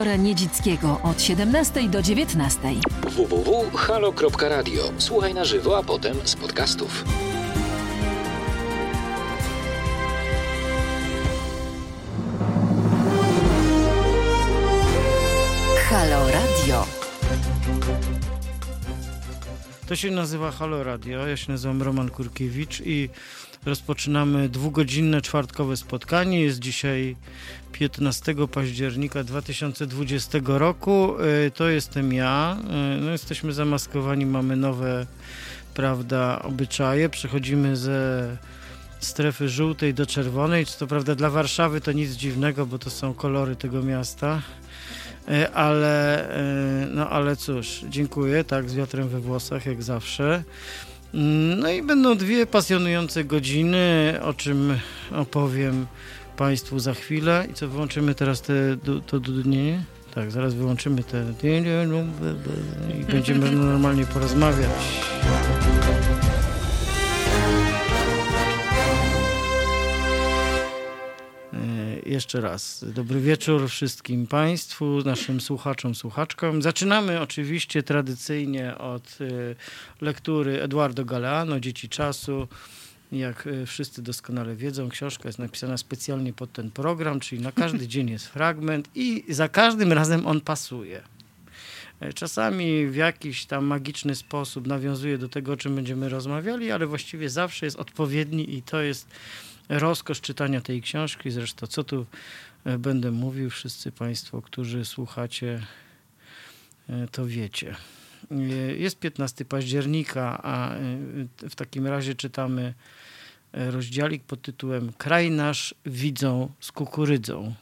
Niedzickiego od 17 do 19. www.halo.radio. Słuchaj na żywo, a potem z podcastów. Halo Radio. To się nazywa Halo Radio. Ja się nazywam Roman Kurkiewicz i rozpoczynamy dwugodzinne czwartkowe spotkanie. Jest dzisiaj 15 października 2020 roku. To jestem ja. No, jesteśmy zamaskowani, mamy nowe, prawda, obyczaje. Przechodzimy ze strefy żółtej do czerwonej. Co prawda dla Warszawy to nic dziwnego, bo to są kolory tego miasta. Ale cóż, dziękuję, tak, z wiatrem we włosach, jak zawsze. No i będą dwie pasjonujące godziny, o czym opowiem Państwu za chwilę. I co, wyłączymy teraz to dudnienie? Tak, zaraz wyłączymy i będziemy normalnie porozmawiać. Jeszcze raz dobry wieczór wszystkim Państwu, naszym słuchaczom, słuchaczkom. Zaczynamy oczywiście tradycyjnie od lektury Eduardo Galeano, Dzieci czasu. Jak wszyscy doskonale wiedzą, książka jest napisana specjalnie pod ten program, czyli na każdy dzień jest fragment i za każdym razem on pasuje. Czasami w jakiś tam magiczny sposób nawiązuje do tego, o czym będziemy rozmawiali, ale właściwie zawsze jest odpowiedni i to jest rozkosz czytania tej książki. Zresztą co tu będę mówił, wszyscy Państwo, którzy słuchacie, to wiecie. Jest 15 października, a w takim razie czytamy rozdziałik pod tytułem Kraj nasz widzą z kukurydzą.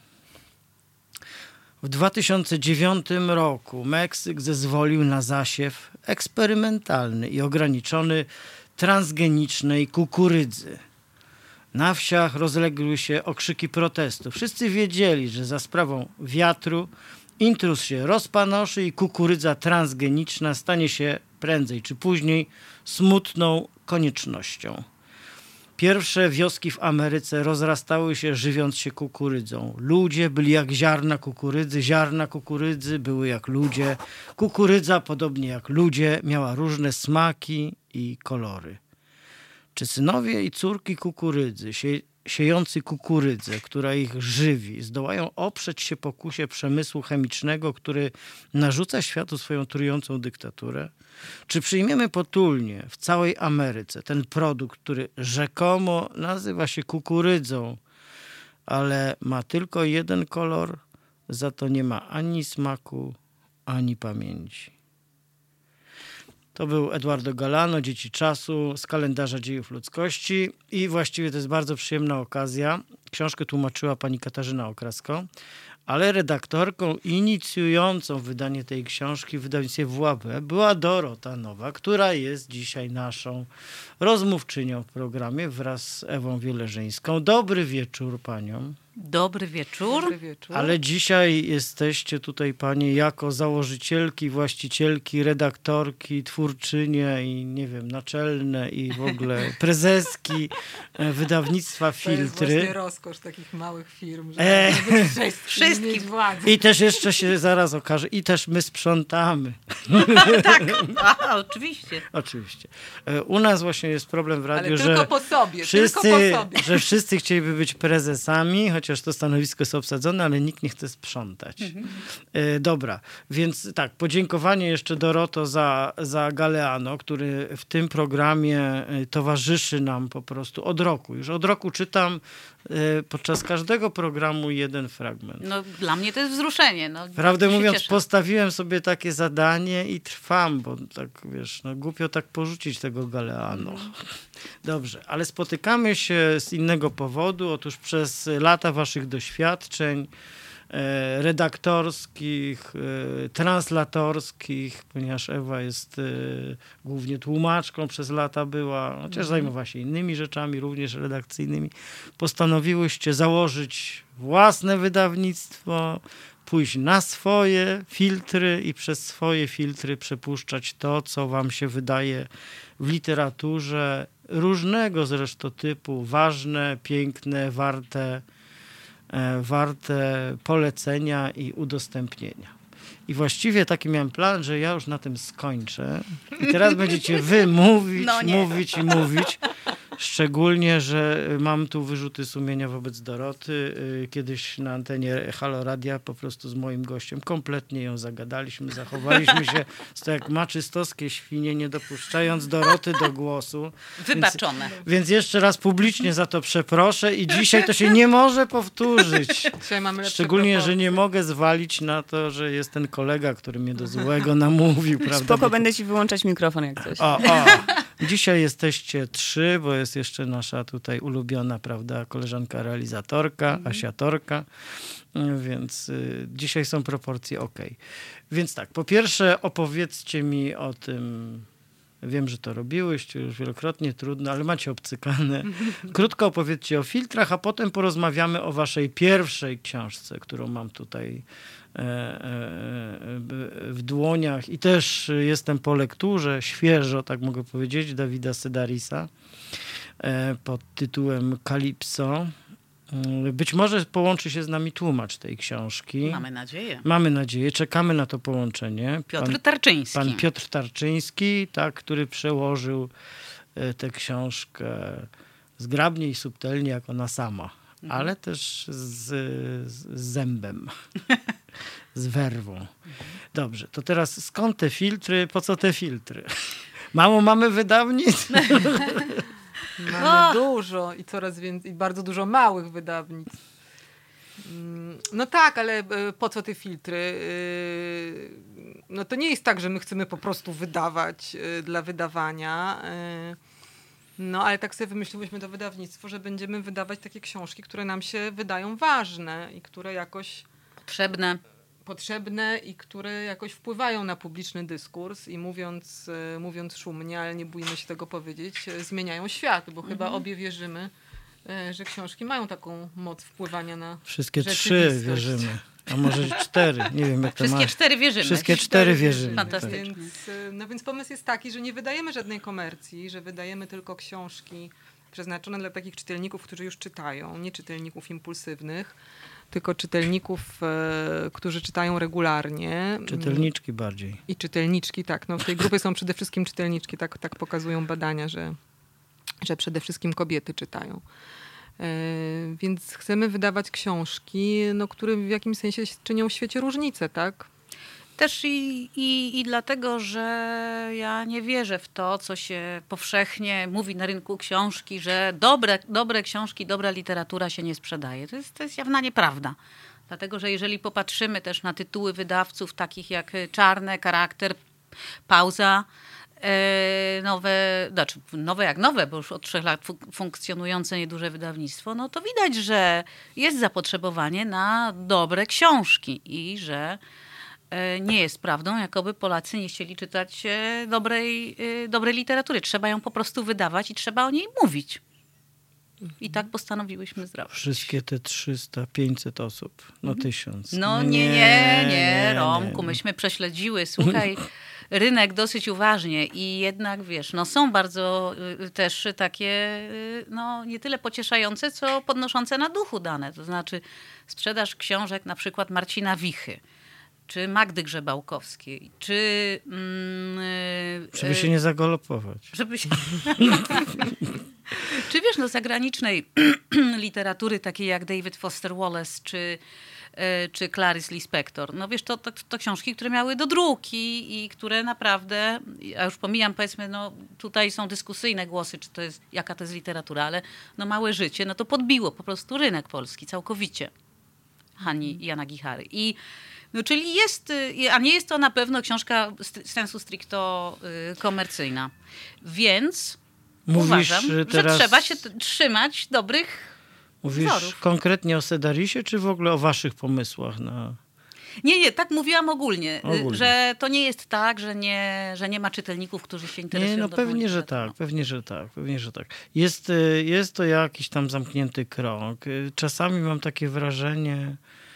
W 2009 roku Meksyk zezwolił na zasiew eksperymentalny i ograniczony transgenicznej kukurydzy. Na wsiach rozległy się okrzyki protestu. Wszyscy wiedzieli, że za sprawą wiatru intruz się rozpanoszy i kukurydza transgeniczna stanie się prędzej czy później smutną koniecznością. Pierwsze wioski w Ameryce rozrastały się, żywiąc się kukurydzą. Ludzie byli jak ziarna kukurydzy były jak ludzie. Kukurydza, podobnie jak ludzie, miała różne smaki i kolory. Czy synowie i córki kukurydzy, siejący kukurydzę, która ich żywi, zdołają oprzeć się pokusie przemysłu chemicznego, który narzuca światu swoją trującą dyktaturę? Czy przyjmiemy potulnie w całej Ameryce ten produkt, który rzekomo nazywa się kukurydzą, ale ma tylko jeden kolor, za to nie ma ani smaku, ani pamięci? To był Eduardo Galeano, Dzieci czasu, z kalendarza dziejów ludzkości i właściwie to jest bardzo przyjemna okazja. Książkę tłumaczyła pani Katarzyna Okrasko, ale redaktorką inicjującą wydanie tej książki w wydawnictwie WAB była Dorota Nowa, która jest dzisiaj naszą rozmówczynią w programie wraz z Ewą Wieleżyńską. Dobry wieczór paniom. Dobry wieczór. Dobry wieczór. Ale dzisiaj jesteście tutaj panie jako założycielki, właścicielki, redaktorki, twórczynie i nie wiem, naczelne i w ogóle prezeski wydawnictwa Filtry. To jest właśnie rozkosz takich małych firm, że wszystkim mieć władzę. I też jeszcze się zaraz okaże, i też my sprzątamy. Tak, oczywiście. Oczywiście. U nas właśnie jest problem w radiu, ale tylko po sobie, że wszyscy chcieliby być prezesami, chociaż to stanowisko jest obsadzone, ale nikt nie chce sprzątać. Dobra, więc tak, podziękowanie jeszcze Doroto za Galeano, który w tym programie towarzyszy nam po prostu od roku. Już od roku czytam podczas każdego programu jeden fragment. No dla mnie to jest wzruszenie. No, prawdę mówiąc, cieszę. Postawiłem sobie takie zadanie i trwam, bo tak wiesz, no głupio tak porzucić tego Galeano. Dobrze, ale spotykamy się z innego powodu. Otóż przez lata waszych doświadczeń redaktorskich, translatorskich, ponieważ Ewa jest głównie tłumaczką, przez lata była, chociaż zajmowała się innymi rzeczami, również redakcyjnymi. Postanowiłyście założyć własne wydawnictwo, pójść na swoje filtry i przez swoje filtry przepuszczać to, co wam się wydaje w literaturze różnego zresztą typu, ważne, piękne, warte warte polecenia i udostępnienia. I właściwie taki miałem plan, że ja już na tym skończę. I teraz będziecie wy mówić, mówić i mówić. Szczególnie, że mam tu wyrzuty sumienia wobec Doroty. Kiedyś na antenie Halo Radia po prostu z moim gościem kompletnie ją zagadaliśmy, zachowaliśmy się to jak maczystowskie świnie, nie dopuszczając Doroty do głosu. Wybaczone. Więc jeszcze raz publicznie za to przeproszę i dzisiaj to się nie może powtórzyć. Dzisiaj mamy lepsze Szczególnie, proporcje. że nie mogę zwalić na to, że jest ten kolega, który mnie do złego namówił. Prawda? Spoko, będę ci wyłączać mikrofon jak coś. O. Dzisiaj jesteście 3, bo jest jeszcze nasza tutaj ulubiona, prawda, koleżanka realizatorka, Asiatorka, więc dzisiaj są proporcje okej. Więc tak, po pierwsze opowiedzcie mi o tym, wiem, że to robiłyście już wielokrotnie, trudno, ale macie obcykane. Krótko opowiedzcie o filtrach, a potem porozmawiamy o waszej pierwszej książce, którą mam tutaj w dłoniach i też jestem po lekturze, świeżo, tak mogę powiedzieć, Dawida Sedarisa pod tytułem Kalipso. Być może połączy się z nami tłumacz tej książki. Mamy nadzieję. Mamy nadzieję, czekamy na to połączenie. Piotr Tarczyński. Pan Piotr Tarczyński, tak, który przełożył tę książkę zgrabnie i subtelnie, jak ona sama, ale też z zębem, z werwą. Dobrze, to teraz skąd te filtry, po co te filtry? Mało mamy wydawnictw? Mamy dużo i coraz więcej, i bardzo dużo małych wydawnictw. No tak, ale po co te filtry? No to nie jest tak, że my chcemy po prostu wydawać dla wydawania. No ale tak sobie wymyśliłyśmy to wydawnictwo, że będziemy wydawać takie książki, które nam się wydają ważne i które jakoś potrzebne i które jakoś wpływają na publiczny dyskurs i mówiąc szumnie, ale nie bójmy się tego powiedzieć, zmieniają świat, bo chyba obie wierzymy, że książki mają taką moc wpływania na Wszystkie 3 rzeczywistość. wierzymy, a może 4, nie wiem jak to Wszystkie ma. 4 wierzymy. Wszystkie 4 wierzymy. Fantastycznie. Więc pomysł jest taki, że nie wydajemy żadnej komercji, że wydajemy tylko książki przeznaczone dla takich czytelników, którzy już czytają, nie czytelników impulsywnych, tylko czytelników, którzy czytają regularnie. Czytelniczki bardziej. I czytelniczki, tak. No w tej grupie są przede wszystkim czytelniczki, tak pokazują badania, że przede wszystkim kobiety czytają. Więc chcemy wydawać książki, no, które w jakimś sensie czynią w świecie różnicę, tak? Też i dlatego, że ja nie wierzę w to, co się powszechnie mówi na rynku książki, że dobre książki, dobra literatura się nie sprzedaje. To jest jawna nieprawda. Dlatego, że jeżeli popatrzymy też na tytuły wydawców takich jak Czarne, Charakter, Pauza, nowe jak nowe, bo już od 3 lat funkcjonujące nieduże wydawnictwo, no to widać, że jest zapotrzebowanie na dobre książki i że nie jest prawdą, jakoby Polacy nie chcieli czytać dobrej literatury. Trzeba ją po prostu wydawać i trzeba o niej mówić. I tak postanowiłyśmy zrobić. Wszystkie te 300, 500 osób, no 1000. No nie, Romku, myśmy prześledziły, słuchaj, rynek dosyć uważnie i jednak, wiesz, no są bardzo też takie, no nie tyle pocieszające, co podnoszące na duchu dane. To znaczy sprzedaż książek na przykład Marcina Wichy, czy Magdy Grzebałkowskiej, czy... żeby się nie zagalopować. Czy wiesz, no zagranicznej literatury takiej jak David Foster Wallace, czy Clarice Lispector. No wiesz, to książki, które miały dodruki i które naprawdę, ja już pomijam, powiedzmy, no tutaj są dyskusyjne głosy, czy to jest, jaka to jest literatura, ale no Małe życie, no to podbiło po prostu rynek polski całkowicie. Hani Jana Gichary. I no, czyli jest, a nie jest to na pewno książka sensu stricto komercyjna. Więc uważam, teraz, że trzeba się trzymać dobrych Mówisz wzorów. konkretnie o Sedarisie, czy w ogóle o waszych pomysłach na... Nie, tak mówiłam ogólnie, że to nie jest tak, że nie ma czytelników, którzy się interesują. Nie, no pewnie, że tak, pewnie, że tak. Jest to jakiś tam zamknięty krąg. Czasami mam takie wrażenie,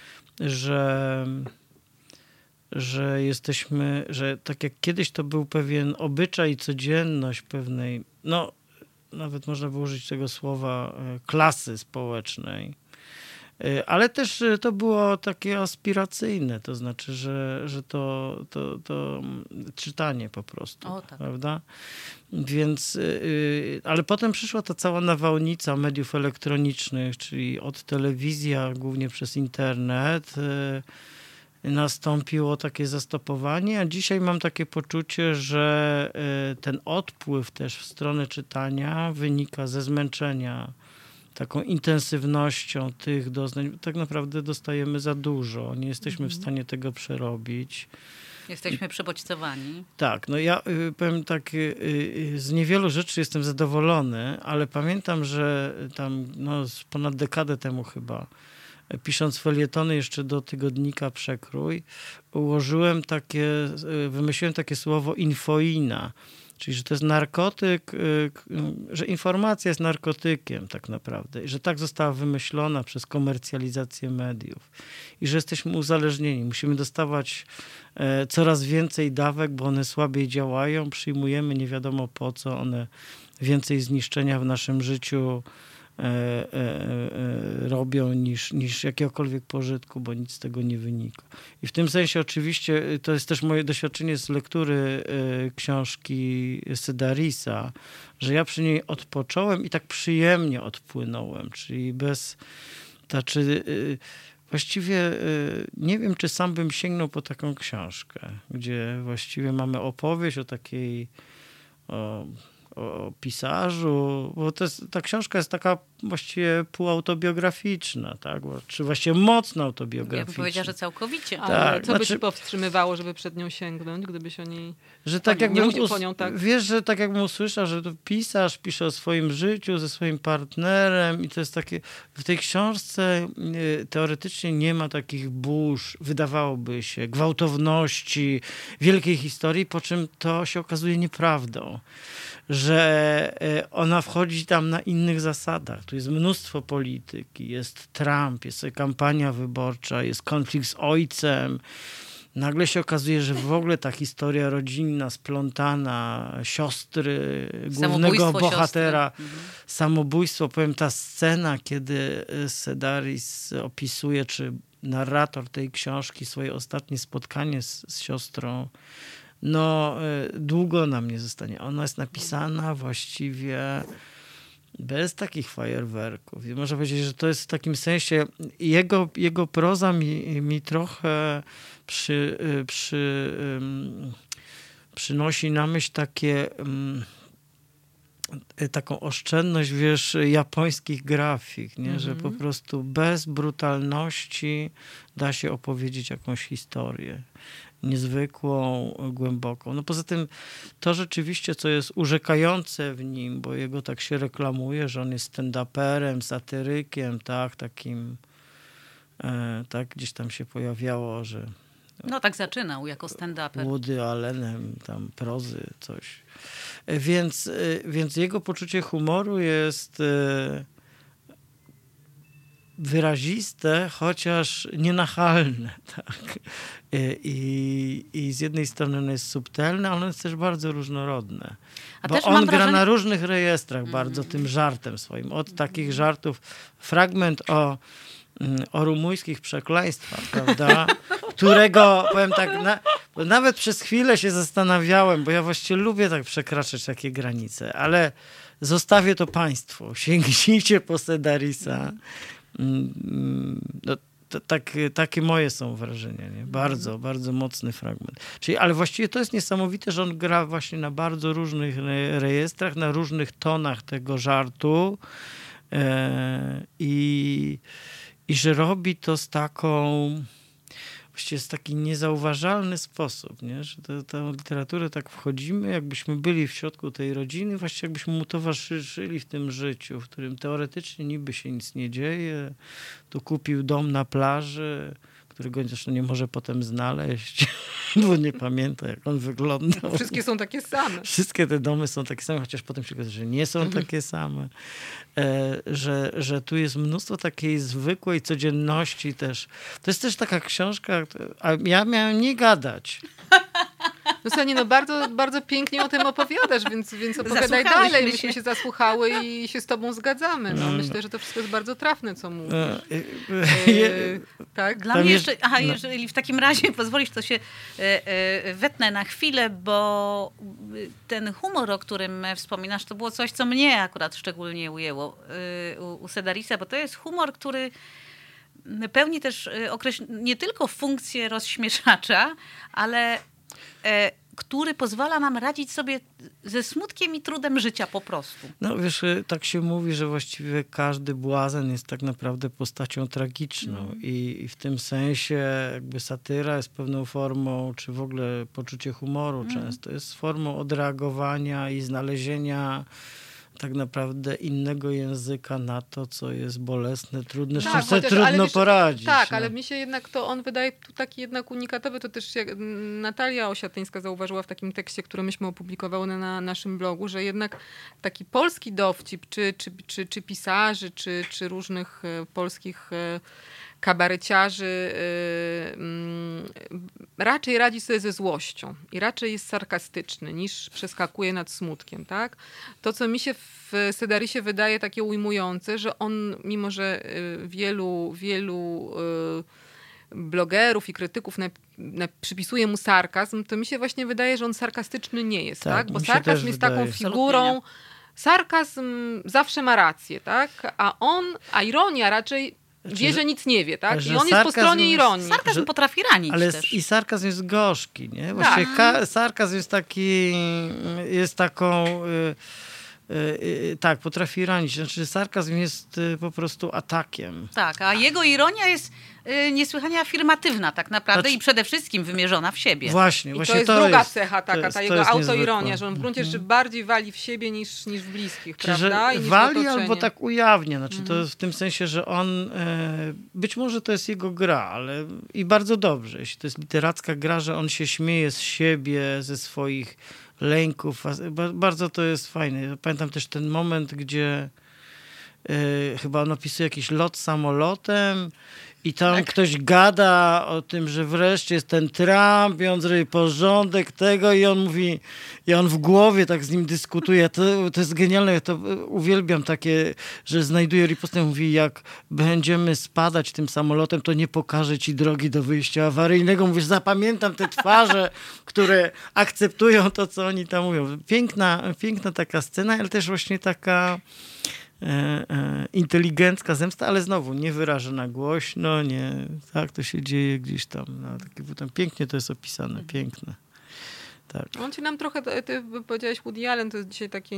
że jesteśmy, że tak jak kiedyś to był pewien obyczaj i codzienność pewnej, no nawet można by użyć tego słowa, klasy społecznej, Ale też to było takie aspiracyjne, to znaczy, że to czytanie po prostu, O, tak. prawda? Więc, ale potem przyszła ta cała nawałnica mediów elektronicznych, czyli od telewizji, a głównie przez internet, nastąpiło takie zastopowanie, a dzisiaj mam takie poczucie, że ten odpływ też w stronę czytania wynika ze zmęczenia taką intensywnością tych doznań. Tak naprawdę dostajemy za dużo, nie jesteśmy w stanie tego przerobić. Jesteśmy przebodźcowani. Tak, no ja powiem tak, z niewielu rzeczy jestem zadowolony, ale pamiętam, że tam z ponad dekadę temu chyba, pisząc felietony jeszcze do tygodnika Przekrój, wymyśliłem takie słowo infoina, czyli że to jest narkotyk, że informacja jest narkotykiem tak naprawdę i że tak została wymyślona przez komercjalizację mediów i że jesteśmy uzależnieni. Musimy dostawać coraz więcej dawek, bo one słabiej działają, przyjmujemy nie wiadomo po co, one więcej zniszczenia w naszym życiu robią niż jakiegokolwiek pożytku, bo nic z tego nie wynika. I w tym sensie oczywiście to jest też moje doświadczenie z lektury książki Sedarisa, że ja przy niej odpocząłem i tak przyjemnie odpłynąłem, czyli właściwie nie wiem, czy sam bym sięgnął po taką książkę, gdzie właściwie mamy opowieść o takiej o pisarzu, bo ta książka jest taka właściwie półautobiograficzna, tak? Czy właściwie mocno autobiograficzna. Ja bym powiedziała, że całkowicie. Ale co by ci powstrzymywało, żeby przed nią sięgnąć, gdybyś o niej... Że tak wiesz, że tak jakbym usłyszał, że to pisarz pisze o swoim życiu ze swoim partnerem i to jest takie... W tej książce teoretycznie nie ma takich burz, wydawałoby się, gwałtowności, wielkiej historii, po czym to się okazuje nieprawdą. Że ona wchodzi tam na innych zasadach. Tu jest mnóstwo polityki, jest Trump, jest kampania wyborcza, jest konflikt z ojcem. Nagle się okazuje, że w ogóle ta historia rodzinna, splątana, siostry, głównego bohatera, samobójstwo. Powiem, ta scena, kiedy Sedaris opisuje, czy narrator tej książki, swoje ostatnie spotkanie z siostrą, długo na mnie zostanie. Ona jest napisana właściwie bez takich fajerwerków. I można powiedzieć, że to jest w takim sensie, jego proza mi trochę przynosi na myśl taką oszczędność, wiesz, japońskich grafik, nie? Że po prostu bez brutalności da się opowiedzieć jakąś historię. Niezwykłą, głęboką. Poza tym to rzeczywiście, co jest urzekające w nim, bo jego tak się reklamuje, że on jest stand-uperem, satyrykiem, tak, takim, tak, gdzieś tam się pojawiało, że tak zaczynał jako stand-uper. Woody Allenem, tam prozy, coś. Więc jego poczucie humoru jest wyraziste, chociaż nienachalne. Tak? I z jednej strony ono jest subtelne, ale ono jest też bardzo różnorodne. Bo on gra na różnych rejestrach bardzo tym żartem swoim. Od takich żartów, fragment o rumuńskich przekleństwach, prawda? Którego, powiem tak, nawet przez chwilę się zastanawiałem, bo ja właściwie lubię tak przekraczać takie granice, ale zostawię to państwu. Sięgnijcie po Sedarisa. Takie moje są wrażenia, nie? Bardzo, bardzo mocny fragment. Ale właściwie to jest niesamowite, że on gra właśnie na bardzo różnych rejestrach, na różnych tonach tego żartu i że robi to z taką, właściwie jest taki niezauważalny sposób, nie? Że tę literaturę tak wchodzimy, jakbyśmy byli w środku tej rodziny, właściwie jakbyśmy mu towarzyszyli w tym życiu, w którym teoretycznie niby się nic nie dzieje. Tu kupił dom na plaży, którego zresztą nie może potem znaleźć, bo nie pamięta, jak on wyglądał. Wszystkie są takie same. Wszystkie te domy są takie same, chociaż potem się okazuje, że nie są takie same. Że tu jest mnóstwo takiej zwykłej codzienności też. To jest też taka książka, a ja miałem nie gadać. No Sani, no bardzo, bardzo pięknie o tym opowiadasz, więc opowiadaj dalej. Myśmy się zasłuchały i się z tobą zgadzamy. No, myślę, że to wszystko jest bardzo trafne, co mówisz. Tak? Dla mnie jeszcze, jeżeli w takim razie pozwolisz, to się wetnę na chwilę, bo ten humor, o którym wspominasz, to było coś, co mnie akurat szczególnie ujęło u Sedarisa, bo to jest humor, który pełni też nie tylko funkcję rozśmieszacza, ale który pozwala nam radzić sobie ze smutkiem i trudem życia po prostu. No wiesz, tak się mówi, że właściwie każdy błazen jest tak naprawdę postacią tragiczną i w tym sensie jakby satyra jest pewną formą, czy w ogóle poczucie humoru często jest formą odreagowania i znalezienia tak naprawdę innego języka na to, co jest bolesne, trudne, z czym sobie trudno poradzić. Tak, ale mi się jednak to on wydaje tu taki jednak unikatowy, to też jak Natalia Osiatyńska zauważyła w takim tekście, który myśmy opublikowały na naszym blogu, że jednak taki polski dowcip, czy pisarzy, czy różnych polskich kabareciarzy raczej radzi sobie ze złością i raczej jest sarkastyczny niż przeskakuje nad smutkiem, tak? To, co mi się w Sedarisie wydaje takie ujmujące, że on, mimo że wielu blogerów i krytyków przypisuje mu sarkazm, to mi się właśnie wydaje, że on sarkastyczny nie jest, tak? Bo sarkazm jest taką figurą, sarkazm zawsze ma rację, tak? A ironia raczej wie, że nic nie wie, tak? I on jest po stronie ironii. Sarkazm potrafi ranić też. I sarkazm jest gorzki, nie? Właściwie sarkazm jest taki, jest taką... tak, potrafi ranić. Znaczy sarkazm jest po prostu atakiem. Tak, a jego ironia jest niesłychanie afirmatywna tak naprawdę i przede wszystkim wymierzona w siebie. Właśnie, I to jest druga cecha taka, ta jego autoironia, że on w gruncie rzeczy bardziej wali w siebie niż w bliskich, prawda? I wali albo tak ujawnia. Znaczy to jest w tym sensie, że on, być może to jest jego gra, ale i bardzo dobrze, jeśli to jest literacka gra, że on się śmieje z siebie, ze swoich lęków. Bardzo to jest fajne. Pamiętam też ten moment, gdzie chyba on opisuje jakiś lot samolotem i tam ktoś gada o tym, że wreszcie jest ten Trump i on zrobi porządek tego i on mówi, i on w głowie tak z nim dyskutuje. To jest genialne, ja to uwielbiam takie, że znajduje ripostę, mówi, jak będziemy spadać tym samolotem, to nie pokażę ci drogi do wyjścia awaryjnego. Mówisz, zapamiętam te twarze, które akceptują to, co oni tam mówią. Piękna taka scena, ale też właśnie taka inteligencka zemsta, ale znowu nie wyrażona głośno, nie, tak, to się dzieje gdzieś tam, tam pięknie to jest opisane, piękne. Tak. On ci nam trochę, ty powiedziałeś Woody Allen, to jest dzisiaj takie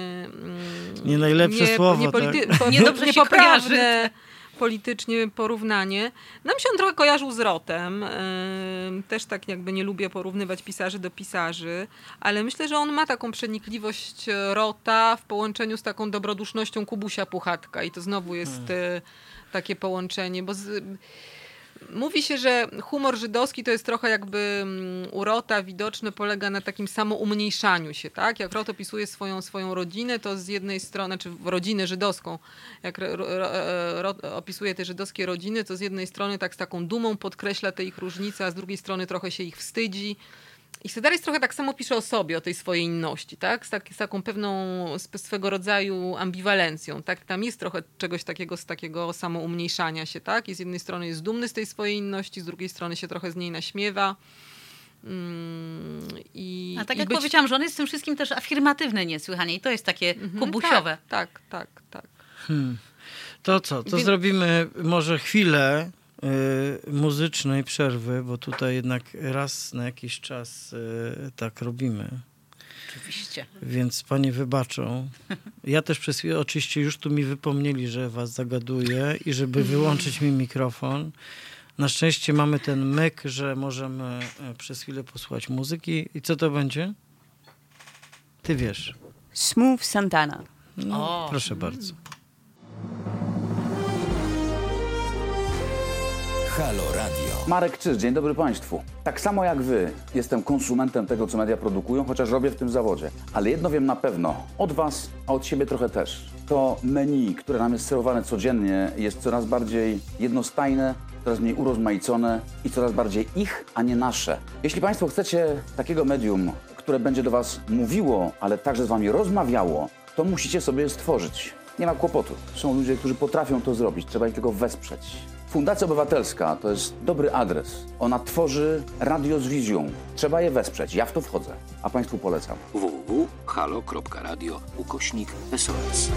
nie najlepsze słowo, niepoprawne politycznie porównanie. Nam się on trochę kojarzył z Rotem. Też tak jakby nie lubię porównywać pisarzy do pisarzy, ale myślę, że on ma taką przenikliwość Rota w połączeniu z taką dobrodusznością Kubusia Puchatka i to znowu jest takie połączenie, bo mówi się, że humor żydowski to jest trochę jakby u Rota widoczny, polega na takim samoumniejszaniu się, tak? Jak Rot opisuje swoją rodzinę, to z jednej strony, czy rodzinę żydowską, jak Rot opisuje te żydowskie rodziny, to z jednej strony tak z taką dumą podkreśla te ich różnice, a z drugiej strony trochę się ich wstydzi. I Sedaris trochę tak samo pisze o sobie, o tej swojej inności, tak? Z taką pewną swego rodzaju ambiwalencją, tak? Tam jest trochę czegoś takiego z takiego samoumniejszania się, tak? I z jednej strony jest dumny z tej swojej inności, z drugiej strony się trochę z niej naśmiewa. A tak jak powiedziałam, że on jest z tym wszystkim też afirmatywny niesłychanie i to jest takie kubusiowe. Tak. To co? To zrobimy może chwilę muzycznej przerwy, bo tutaj jednak raz na jakiś czas tak robimy. Oczywiście. Więc panie wybaczą. Ja też przez chwilę, oczywiście już tu mi wypomnieli, że was zagaduję i żeby wyłączyć mi mikrofon. Na szczęście mamy ten myk, że możemy przez chwilę posłuchać muzyki. I co to będzie? Ty wiesz. Smooth Santana. No, proszę bardzo. Halo Radio. Marek Czyż, dzień dobry Państwu. Tak samo jak Wy, jestem konsumentem tego, co media produkują, chociaż robię w tym zawodzie. Ale jedno wiem na pewno, od Was, a od siebie trochę też. To menu, które nam jest serwowane codziennie, jest coraz bardziej jednostajne coraz mniej urozmaicone i coraz bardziej ich, a nie nasze. Jeśli Państwo chcecie takiego medium, które będzie do Was mówiło, ale także z Wami rozmawiało, to musicie sobie stworzyć. Nie ma kłopotu. Są ludzie, którzy potrafią to zrobić. Trzeba ich tylko wesprzeć. Fundacja Obywatelska to jest dobry adres. Ona tworzy radio z wizją. Trzeba je wesprzeć. Ja w to wchodzę. A Państwu polecam. www.halo.radio/SOS.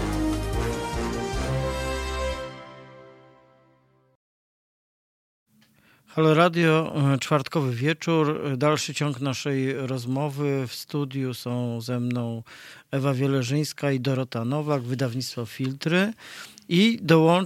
Halo Radio, czwartkowy wieczór, dalszy ciąg naszej rozmowy. W studiu są ze mną Ewa Wielerzyńska i Dorota Nowak, wydawnictwo Filtry. I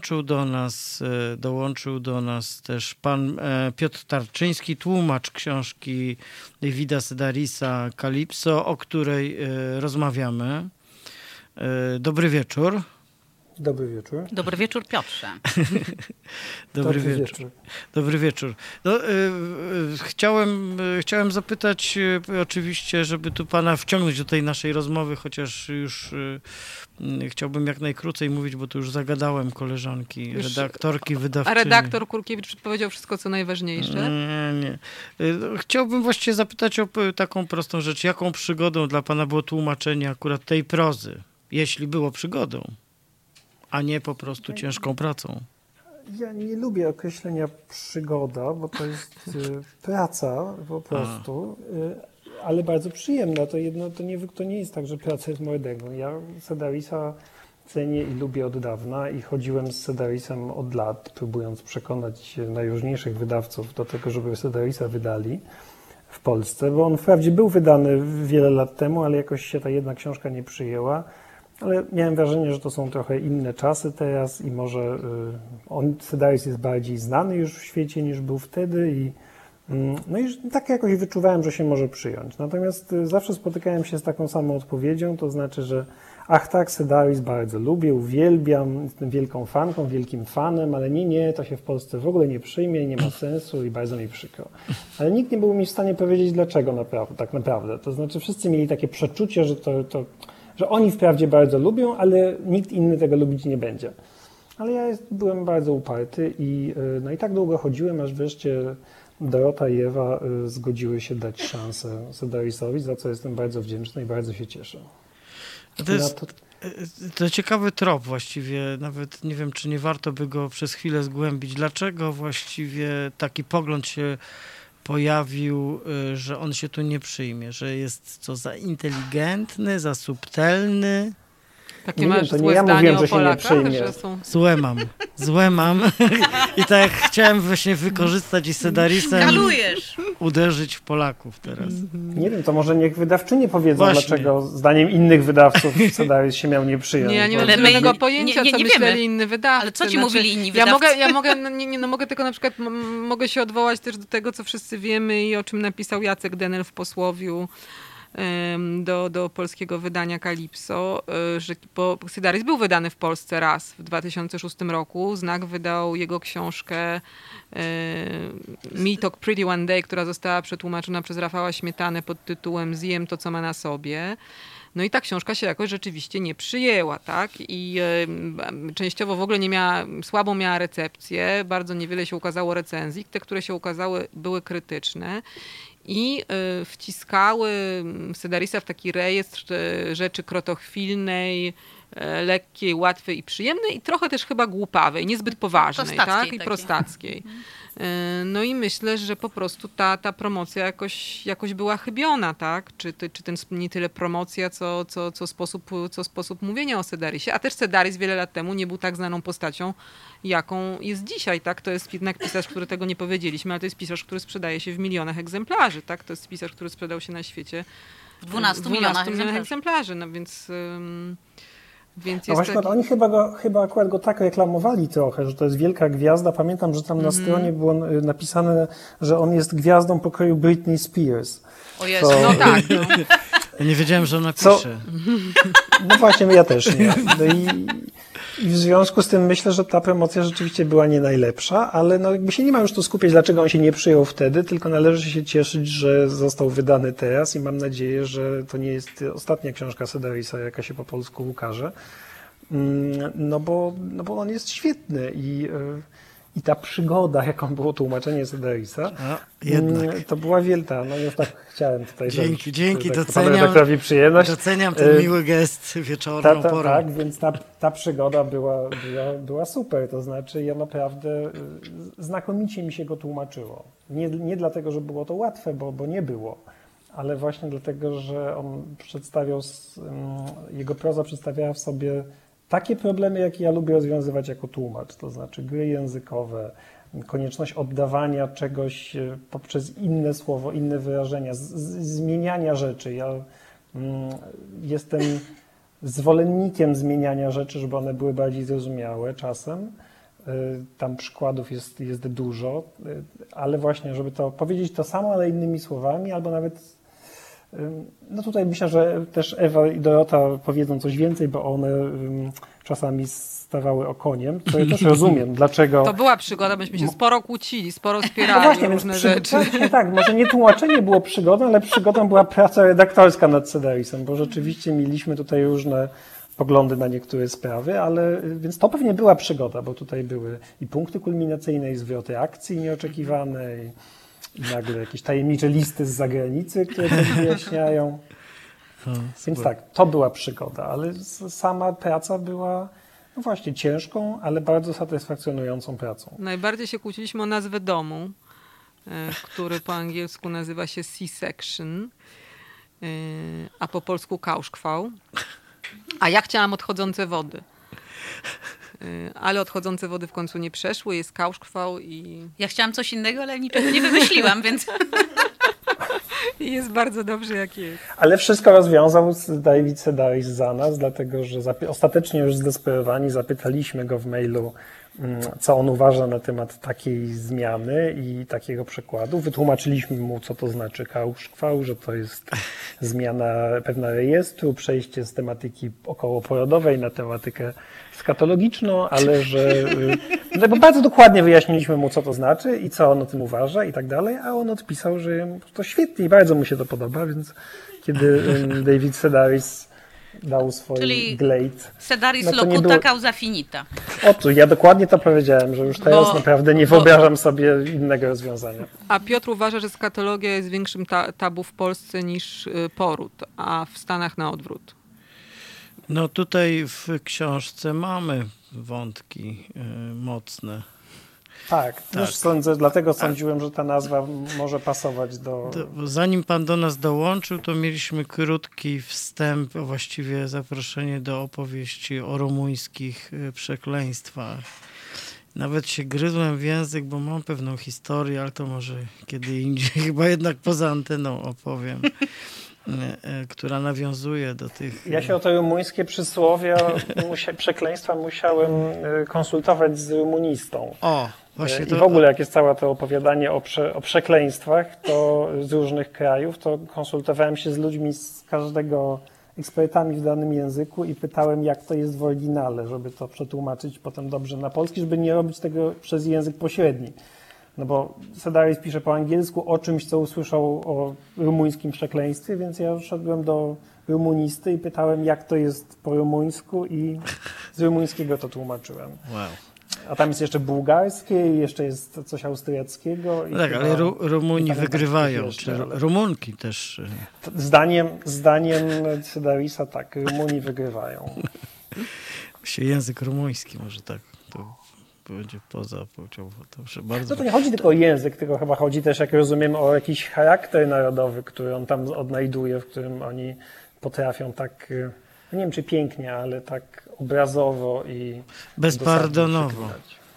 dołączył do nas też pan Piotr Tarczyński, tłumacz książki Davida Sedarisa Kalipso, o której rozmawiamy. Dobry wieczór. Dobry wieczór. Dobry wieczór, Piotrze. Dobry wieczór. Dobry wieczór. No, chciałem zapytać oczywiście, żeby tu pana wciągnąć do tej naszej rozmowy, chociaż już chciałbym jak najkrócej mówić, bo tu już zagadałem koleżanki, redaktorki, wydawczyni. A redaktor Kurkiewicz powiedział wszystko, co najważniejsze? Nie. Chciałbym właściwie zapytać o taką prostą rzecz. Jaką przygodą dla pana było tłumaczenie akurat tej prozy, jeśli było przygodą, a nie po prostu ciężką pracą? Ja nie lubię określenia przygoda, bo to jest praca po prostu, ale bardzo przyjemna. To nie jest tak, że praca jest mordego. Ja Sedarisa cenię i lubię od dawna i chodziłem z Sedarisem od lat, próbując przekonać najróżniejszych wydawców do tego, żeby Sedarisa wydali w Polsce, bo on wprawdzie był wydany wiele lat temu, ale jakoś się ta jedna książka nie przyjęła. Ale miałem wrażenie, że to są trochę inne czasy teraz i może Sedaris jest bardziej znany już w świecie niż był wtedy no i tak jakoś wyczuwałem, że się może przyjąć. Natomiast zawsze spotykałem się z taką samą odpowiedzią, to znaczy, że ach tak, Sedaris bardzo lubię, uwielbiam, jestem wielką fanką, wielkim fanem, ale nie, to się w Polsce w ogóle nie przyjmie, nie ma sensu i bardzo mi przykro. Ale nikt nie był mi w stanie powiedzieć dlaczego tak naprawdę. To znaczy wszyscy mieli takie przeczucie, że oni wprawdzie bardzo lubią, ale nikt inny tego lubić nie będzie. Ale ja byłem bardzo uparty i tak długo chodziłem, aż wreszcie Dorota i Ewa zgodziły się dać szansę Sedarisowi, za co jestem bardzo wdzięczny i bardzo się cieszę. To ciekawy trop właściwie, nawet nie wiem, czy nie warto by go przez chwilę zgłębić. Dlaczego właściwie taki pogląd się pojawił, że on się tu nie przyjmie, że jest za inteligentny, za subtelny? Takie masz złe zdanie o Polakach, że są... Złe mam. I tak chciałem właśnie wykorzystać i Sedarisem uderzyć w Polaków teraz. Nie wiem, to może niech wydawczynie powiedzą, dlaczego zdaniem innych wydawców Sedaris się miał nie przyjąć. Nie mam żadnego pojęcia, co myśleli inni wydawcy. Ale co ci mówili inni wydawcy? Mogę tylko na przykład, mogę się odwołać też do tego, co wszyscy wiemy i o czym napisał Jacek Denel w posłowiu do polskiego wydania Kalipso, bo Sedaris był wydany w Polsce raz w 2006 roku. Znak wydał jego książkę Me Talk Pretty One Day, która została przetłumaczona przez Rafała Śmietanę pod tytułem Zjem to, co ma na sobie. No i ta książka się jakoś rzeczywiście nie przyjęła, tak? I częściowo w ogóle słabą miała recepcję, bardzo niewiele się ukazało recenzji. Te, które się ukazały, były krytyczne. I wciskały Sedarisa w taki rejestr rzeczy krotochwilnej, lekkiej, łatwej i przyjemnej i trochę też chyba głupawej, niezbyt poważnej, tak? I prostackiej. No i myślę, że po prostu ta promocja jakoś była chybiona, tak? Czy ten nie tyle promocja, co sposób mówienia o Sedarisie. A też Sedaris wiele lat temu nie był tak znaną postacią, jaką jest dzisiaj, tak? To jest jednak pisarz, który tego nie powiedzieliśmy, ale to jest pisarz, który sprzedaje się w milionach egzemplarzy, tak? To jest pisarz, który sprzedał się na świecie w 12 milionach egzemplarzy. No więc no właśnie, oni chyba akurat go tak reklamowali trochę, że to jest wielka gwiazda. Pamiętam, że tam na stronie było napisane, że on jest gwiazdą pokroju Britney Spears. O Jezu, no tak. No. Ja nie wiedziałem, że ona pisze. No właśnie, ja też nie. No i w związku z tym myślę, że ta promocja rzeczywiście była nie najlepsza, ale no jakby się nie ma już tu skupiać, dlaczego on się nie przyjął wtedy, tylko należy się cieszyć, że został wydany teraz i mam nadzieję, że to nie jest ostatnia książka Sedarisa, jaka się po polsku ukaże. No bo on jest świetny i I ta przygoda, jaką było tłumaczenie Sedarisa, jednak. to była wielka. No już tak chciałem tutaj Dzięki, panu doceniam. redaktorowi przyjemność. Doceniam ten miły gest wieczorną porą. Tak, więc ta przygoda była super. To znaczy ja naprawdę znakomicie mi się go tłumaczyło. Nie dlatego, że było to łatwe, bo nie było, ale właśnie dlatego, że on jego proza przedstawiała w sobie takie problemy, jakie ja lubię rozwiązywać jako tłumacz, to znaczy gry językowe, konieczność oddawania czegoś poprzez inne słowo, inne wyrażenia, zmieniania rzeczy. Ja jestem zwolennikiem zmieniania rzeczy, żeby one były bardziej zrozumiałe czasem. Tam przykładów jest dużo, ale właśnie, żeby to powiedzieć to samo, ale innymi słowami, albo nawet no tutaj myślę, że też Ewa i Dorota powiedzą coś więcej, bo one czasami stawały okoniem, co ja też rozumiem, dlaczego... To była przygoda, myśmy się sporo kłócili, sporo No spierali właśnie, różne rzeczy. Tak, może nie tłumaczenie było przygodą, ale przygodą była praca redaktorska nad Sedarisem, bo rzeczywiście mieliśmy tutaj różne poglądy na niektóre sprawy, więc to pewnie była przygoda, bo tutaj były i punkty kulminacyjne, i zwroty akcji nieoczekiwane, i nagle jakieś tajemnicze listy z zagranicy, które to wyjaśniają. Więc tak, to była przygoda, ale sama praca była no właśnie ciężką, ale bardzo satysfakcjonującą pracą. Najbardziej się kłóciliśmy o nazwę domu, który po angielsku nazywa się C-section, a po polsku kauszkwał. A ja chciałam odchodzące wody. Ale odchodzące wody w końcu nie przeszły, jest kauszkwał i... Ja chciałam coś innego, ale niczego nie wymyśliłam, więc... I jest bardzo dobrze, jak jest. Ale wszystko rozwiązał David Sedaris za nas, dlatego że ostatecznie już zdesperowani zapytaliśmy go w mailu, co on uważa na temat takiej zmiany i takiego przekładu. Wytłumaczyliśmy mu, co to znaczy kauszkwał, że to jest zmiana pewna rejestru, przejście z tematyki okołoporodowej na tematykę skatologiczną, ale że bo bardzo dokładnie wyjaśniliśmy mu, co to znaczy i co on o tym uważa i tak dalej, a on odpisał, że to świetnie i bardzo mu się to podoba, więc kiedy David Sedaris dał swój glade. Sedaris no locuta było... causa finita. Otóż, ja dokładnie to powiedziałem, że już teraz naprawdę nie wyobrażam sobie innego rozwiązania. A Piotr uważa, że skatologia jest większym tabu w Polsce niż poród, a w Stanach na odwrót. No tutaj w książce mamy wątki mocne. Tak, też sądzę, dlatego sądziłem, że ta nazwa może pasować do... Zanim pan do nas dołączył, to mieliśmy krótki wstęp, a właściwie zaproszenie do opowieści o rumuńskich przekleństwach. Nawet się gryzłem w język, bo mam pewną historię, ale to może kiedy indziej, chyba jednak poza anteną opowiem, która nawiązuje do tych... Ja się o te rumuńskie przysłowia, przekleństwa musiałem konsultować z rumunistą. Właśnie I w ogóle jak jest całe to opowiadanie o przekleństwach to z różnych krajów, to konsultowałem się z ludźmi z każdego, ekspertami w danym języku i pytałem, jak to jest w oryginale, żeby to przetłumaczyć potem dobrze na polski, żeby nie robić tego przez język pośredni. No bo Sedaris pisze po angielsku o czymś, co usłyszał o rumuńskim przekleństwie, więc ja szedłem do rumunisty i pytałem, jak to jest po rumuńsku i z rumuńskiego to tłumaczyłem. Wow. A tam jest jeszcze bułgarskie i jeszcze jest coś austriackiego. No tak, ale Rumuni wygrywają, jeszcze, czy Rumunki też. Zdaniem Sedarisa tak, Rumuni wygrywają. Język rumuński może tak to będzie poza płcią. No to nie chodzi tylko o język, tylko chyba chodzi też, jak rozumiem, o jakiś charakter narodowy, który on tam odnajduje, w którym oni potrafią tak, nie wiem czy pięknie, ale tak obrazowo i bezpardonowo.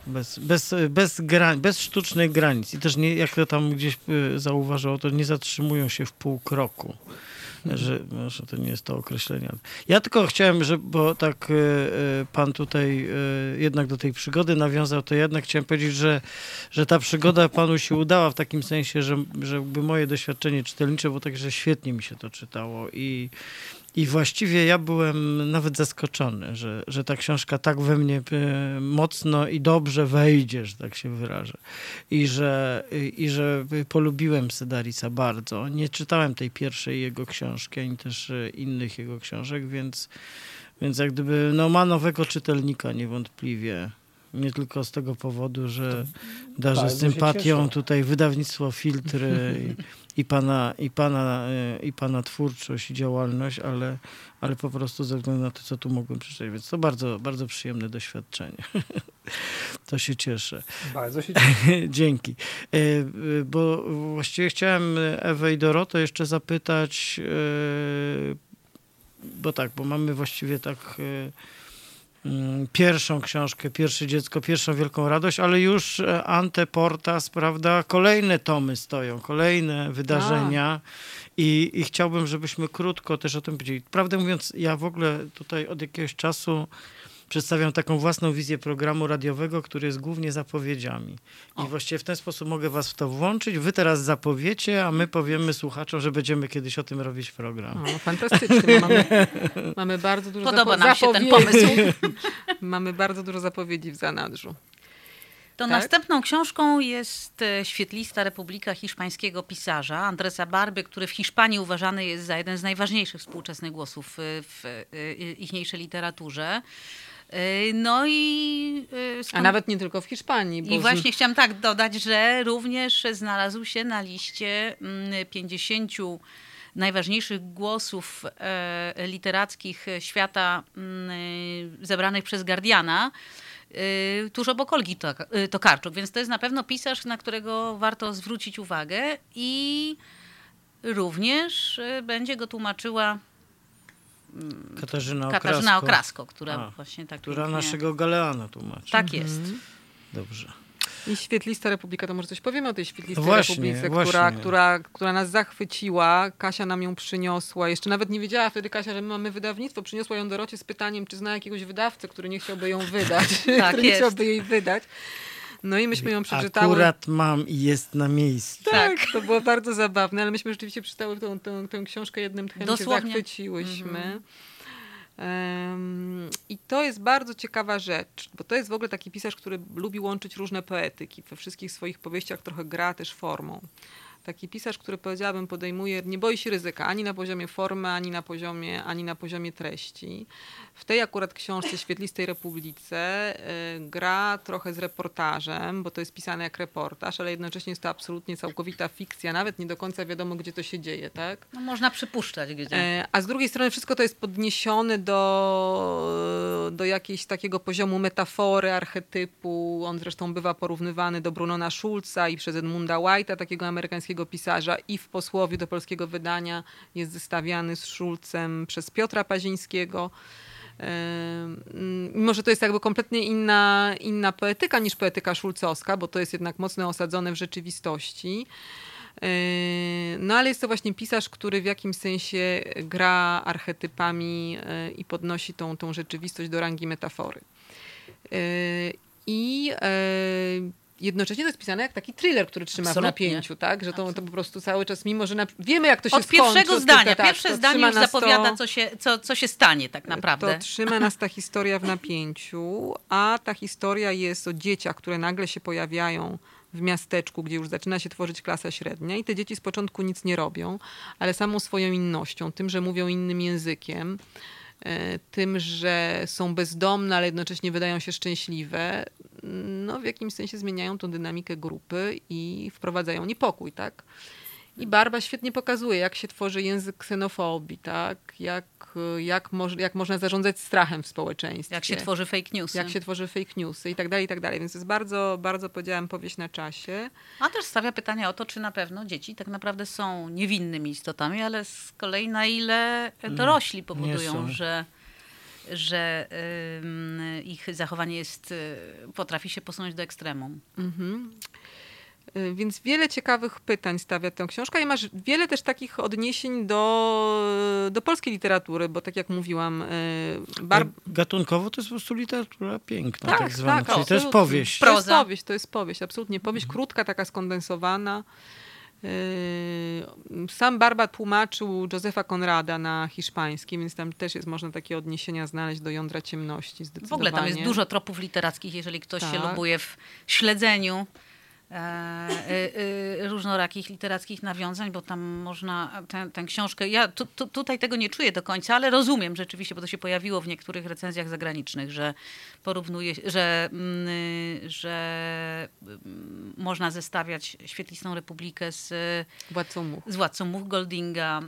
Bez sztucznych granic. I też nie, jak to tam gdzieś zauważyło, to nie zatrzymują się w pół kroku. Że to nie jest to określenie. Ja tylko chciałem, bo tak pan tutaj jednak do tej przygody nawiązał, to jednak chciałem powiedzieć, że ta przygoda panu się udała w takim sensie, że jakby moje doświadczenie czytelnicze było tak, że świetnie mi się to czytało i właściwie ja byłem nawet zaskoczony, że ta książka tak we mnie mocno i dobrze wejdzie, że tak się wyrażę. I że polubiłem Sedarisa bardzo. Nie czytałem tej pierwszej jego książki, ani też innych jego książek, więc jak gdyby ma nowego czytelnika niewątpliwie Nie tylko z tego powodu, że darzę bardzo się sympatią cieszę. tutaj wydawnictwo Filtry i pana twórczość i działalność, ale po prostu ze względu na to, co tu mogłem przeczytać. Więc to bardzo, bardzo przyjemne doświadczenie. To się cieszę. Bardzo się cieszę. Dzięki. Bo właściwie chciałem Ewę i Dorotę jeszcze zapytać, bo mamy właściwie tak pierwszą książkę, pierwsze dziecko, pierwszą wielką radość, ale już ante portas, prawda, kolejne tomy stoją, kolejne wydarzenia i chciałbym, żebyśmy krótko też o tym powiedzieli. Prawdę mówiąc, ja w ogóle tutaj od jakiegoś czasu przedstawiam taką własną wizję programu radiowego, który jest głównie zapowiedziami. I właściwie w ten sposób mogę was w to włączyć. Wy teraz zapowiecie, a my powiemy słuchaczom, że będziemy kiedyś o tym robić program. O, fantastycznie. Mamy bardzo dużo Podoba nam się ten pomysł. Mamy bardzo dużo zapowiedzi w zanadrzu. To następną książką jest Świetlista Republika hiszpańskiego pisarza Andresa Barby, który w Hiszpanii uważany jest za jeden z najważniejszych współczesnych głosów w ichniejszej literaturze. No i... A nawet nie tylko w Hiszpanii. I właśnie chciałam tak dodać, że również znalazł się na liście 50 najważniejszych głosów literackich świata zebranych przez Guardiana, tuż obok Olgi Tokarczuk. Więc to jest na pewno pisarz, na którego warto zwrócić uwagę i również będzie go tłumaczyła Katarzyna Okrasko, która właśnie tak która pięknie... naszego Galeana tłumaczy. Tak jest. Dobrze. I Świetlista Republika, to może coś powiemy o tej Świetlistej Właśnie, Republice, która nas zachwyciła. Kasia nam ją przyniosła. Jeszcze nawet nie wiedziała wtedy Kasia, że my mamy wydawnictwo. Przyniosła ją Dorocie z pytaniem, czy zna jakiegoś wydawcę, który nie chciałby ją wydać. Tak nie chciałby jej wydać. No i myśmy ją przeczytały. Akurat mam i jest na miejscu. Tak, to było bardzo zabawne, ale myśmy rzeczywiście przeczytały tę książkę jednym tchem, się zachwyciłyśmy. I to jest bardzo ciekawa rzecz, bo to jest w ogóle taki pisarz, który lubi łączyć różne poetyki. We wszystkich swoich powieściach trochę gra też formą. Taki pisarz, który powiedziałabym nie boi się ryzyka ani na poziomie formy, ani na poziomie treści. W tej akurat książce Świetlistej Republice gra trochę z reportażem, bo to jest pisane jak reportaż, ale jednocześnie jest to absolutnie całkowita fikcja. Nawet nie do końca wiadomo, gdzie to się dzieje, tak? No, można przypuszczać, gdzie. A z drugiej strony wszystko to jest podniesione do jakiegoś takiego poziomu metafory, archetypu. On zresztą bywa porównywany do Brunona Schulza i przez Edmunda White'a, takiego amerykańskiego pisarza, i w posłowie do polskiego wydania jest zestawiany z Schulzem przez Piotra Pazińskiego. Mimo że to jest jakby kompletnie inna poetyka niż poetyka szulcowska, bo to jest jednak mocno osadzone w rzeczywistości. No ale jest to właśnie pisarz, który w jakimś sensie gra archetypami i podnosi tą rzeczywistość do rangi metafory. I jednocześnie to jest pisane jak taki thriller, który trzyma w napięciu, tak? Że to po prostu cały czas, mimo że wiemy, jak to się skończy. Od pierwszego zdania. Pierwsze zdanie już zapowiada, co się stanie tak naprawdę. To trzyma nas ta historia w napięciu, a ta historia jest o dzieciach, które nagle się pojawiają w miasteczku, gdzie już zaczyna się tworzyć klasa średnia i te dzieci z początku nic nie robią, ale samą swoją innością, tym, że mówią innym językiem, tym, że są bezdomne, ale jednocześnie wydają się szczęśliwe, no w jakimś sensie zmieniają tą dynamikę grupy i wprowadzają niepokój, tak? I Barba świetnie pokazuje, jak się tworzy język ksenofobii, tak? Jak można zarządzać strachem w społeczeństwie. Jak się tworzy fake newsy. Jak się tworzy fake newsy i tak dalej, i tak dalej. Więc to jest bardzo, bardzo, powiedziałam, powieść na czasie. A też stawia pytanie o to, czy na pewno dzieci tak naprawdę są niewinnymi istotami, ale z kolei na ile dorośli powodują, że ich zachowanie potrafi się posunąć do ekstremum. Więc wiele ciekawych pytań stawia tę książkę i masz wiele też takich odniesień do polskiej literatury, bo tak jak mówiłam... Gatunkowo to jest po prostu literatura piękna, tak zwana. Tak, czyli to jest powieść. To jest powieść, absolutnie. Powieść krótka, taka skondensowana. Sam Barba tłumaczył Józefa Konrada na hiszpański, więc tam też można takie odniesienia znaleźć do Jądra ciemności. W ogóle tam jest dużo tropów literackich, jeżeli ktoś się lubuje w śledzeniu różnorakich literackich nawiązań, bo tam można tę książkę... Ja tutaj tego nie czuję do końca, ale rozumiem rzeczywiście, bo to się pojawiło w niektórych recenzjach zagranicznych, że porównuje, że można zestawiać Świetlistą Republikę z Władcą Much Goldinga.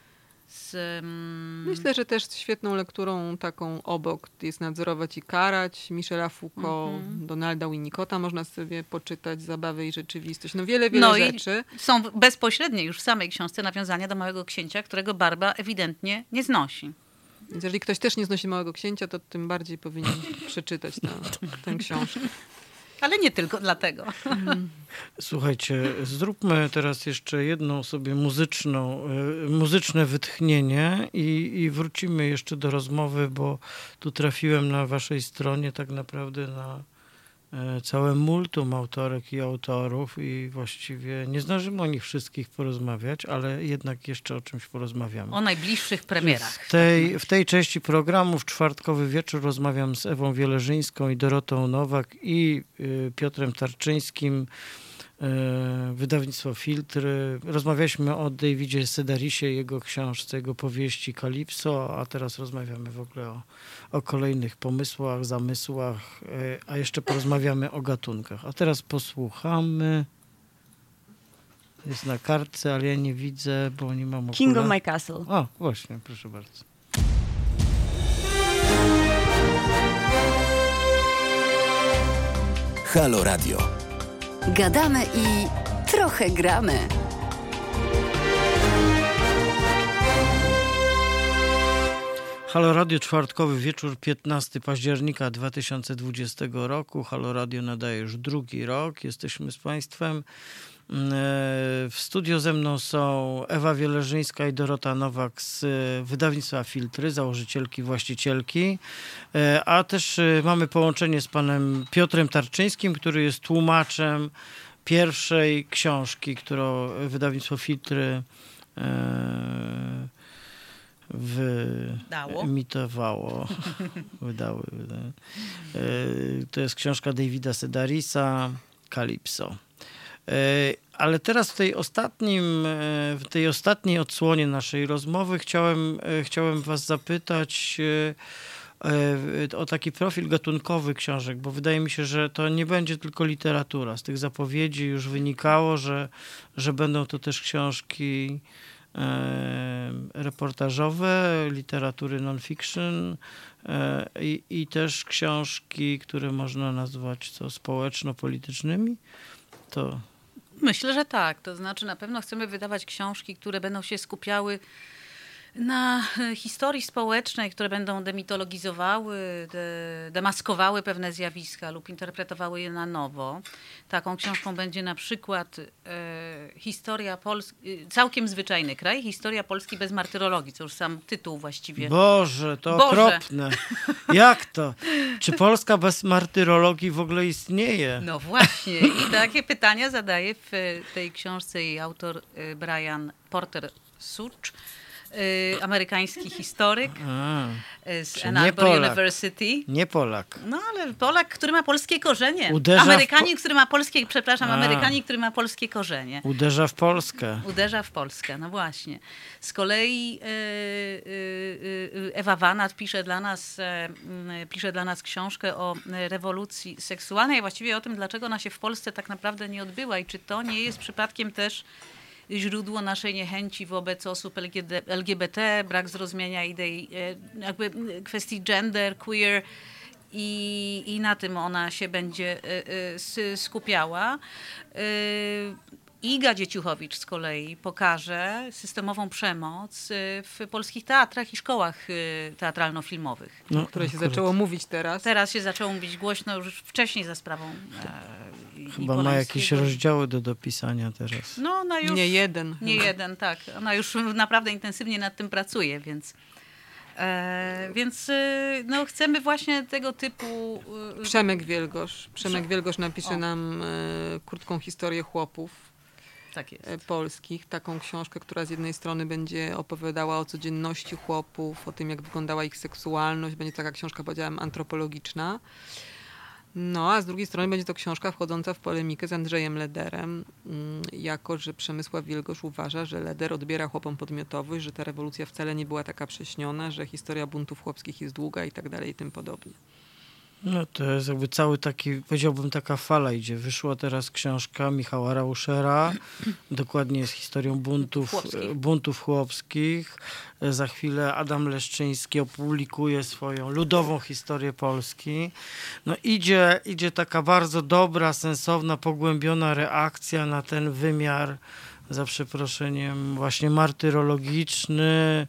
Myślę, że też świetną lekturą taką obok jest Nadzorować i karać Michela Foucault, Donalda Winnicotta można sobie poczytać, Zabawy i rzeczywistość. No wiele rzeczy. I są bezpośrednie już w samej książce nawiązania do Małego Księcia, którego Barba ewidentnie nie znosi. Więc jeżeli ktoś też nie znosi Małego Księcia, to tym bardziej powinien przeczytać tę książkę. Ale nie tylko dlatego. Słuchajcie, zróbmy teraz jeszcze jedno sobie muzyczne wytchnienie i wrócimy jeszcze do rozmowy, bo tu trafiłem na waszej stronie tak naprawdę na całe multum autorek i autorów i właściwie nie zdążymy o nich wszystkich porozmawiać, ale jednak jeszcze o czymś porozmawiamy. O najbliższych premierach. W tej części programu w czwartkowy wieczór rozmawiam z Ewą Wieleżyńską i Dorotą Nowak i Piotrem Tarczyńskim, wydawnictwo Filtry. Rozmawialiśmy o Davidzie Sedarisie, jego książce, jego powieści Kalipso, a teraz rozmawiamy w ogóle o kolejnych pomysłach, zamysłach, a jeszcze porozmawiamy o gatunkach. A teraz posłuchamy. Jest na kartce, ale ja nie widzę, bo nie mam okularów. King of My Castle. O, właśnie, proszę bardzo. Halo Radio. Gadamy i trochę gramy. Halo Radio, czwartkowy wieczór, 15 października 2020 roku. Halo Radio nadaje już drugi rok. Jesteśmy z Państwem. W studio ze mną są Ewa Wieleżyńska i Dorota Nowak z wydawnictwa Filtry, założycielki, właścicielki. A też mamy połączenie z panem Piotrem Tarczyńskim, który jest tłumaczem pierwszej książki, którą wydawnictwo Filtry wyemitowało. Wydały. To jest książka Davida Sedarisa, Kalipso. Ale teraz w tej ostatniej odsłonie naszej rozmowy chciałem was zapytać o taki profil gatunkowy książek, bo wydaje mi się, że to nie będzie tylko literatura. Z tych zapowiedzi już wynikało, że będą to też książki reportażowe, literatury non-fiction i też książki, które można nazwać społeczno-politycznymi. To... Myślę, że tak. To znaczy na pewno chcemy wydawać książki, które będą się skupiały na historii społecznej, które będą demitologizowały, demaskowały pewne zjawiska lub interpretowały je na nowo. Taką książką będzie na przykład historia Polski, całkiem zwyczajny kraj, historia Polski bez martyrologii, co już sam tytuł właściwie. Boże, to okropne. Jak to? Czy Polska bez martyrologii w ogóle istnieje? No właśnie. I takie pytania zadaje w tej książce jej autor Brian Porter Such, amerykański historyk z Ann Arbor University. Nie Polak. No ale Polak, który ma polskie korzenie. Amerykanin, który ma polskie korzenie. Uderza w Polskę. Uderza w Polskę, no właśnie. Z kolei Ewa Wanat pisze dla nas książkę o rewolucji seksualnej, a właściwie o tym, dlaczego ona się w Polsce tak naprawdę nie odbyła i czy to nie jest przypadkiem też źródło naszej niechęci wobec osób LGBT, brak zrozumienia idei, jakby kwestii gender, queer i na tym ona się będzie skupiała. Iga Dzieciuchowicz z kolei pokaże systemową przemoc w polskich teatrach i szkołach teatralno-filmowych. O której się zaczęło mówić teraz. Teraz się zaczęło mówić głośno, już wcześniej za sprawą Chyba ma jakieś rozdziały do dopisania teraz. No ona już... Nie jeden. Nie jeden, tak. Ona już naprawdę intensywnie nad tym pracuje, więc no, chcemy właśnie tego typu... Przemek Wielgosz napisze nam krótką historię chłopów. Tak jest. Polskich. Taką książkę, która z jednej strony będzie opowiadała o codzienności chłopów, o tym, jak wyglądała ich seksualność. Będzie taka książka, powiedziałem, antropologiczna. No, a z drugiej strony będzie to książka wchodząca w polemikę z Andrzejem Lederem, jako że Przemysław Wielgosz uważa, że Leder odbiera chłopom podmiotowość, że ta rewolucja wcale nie była taka prześniona, że historia buntów chłopskich jest długa i tak dalej i tym podobnie. No to jest jakby cały taki, powiedziałbym, taka fala idzie. Wyszła teraz książka Michała Rauschera, dokładnie z historią buntów chłopskich. Za chwilę Adam Leszczyński opublikuje swoją ludową historię Polski. No idzie taka bardzo dobra, sensowna, pogłębiona reakcja na ten wymiar, za przeproszeniem, właśnie martyrologiczny,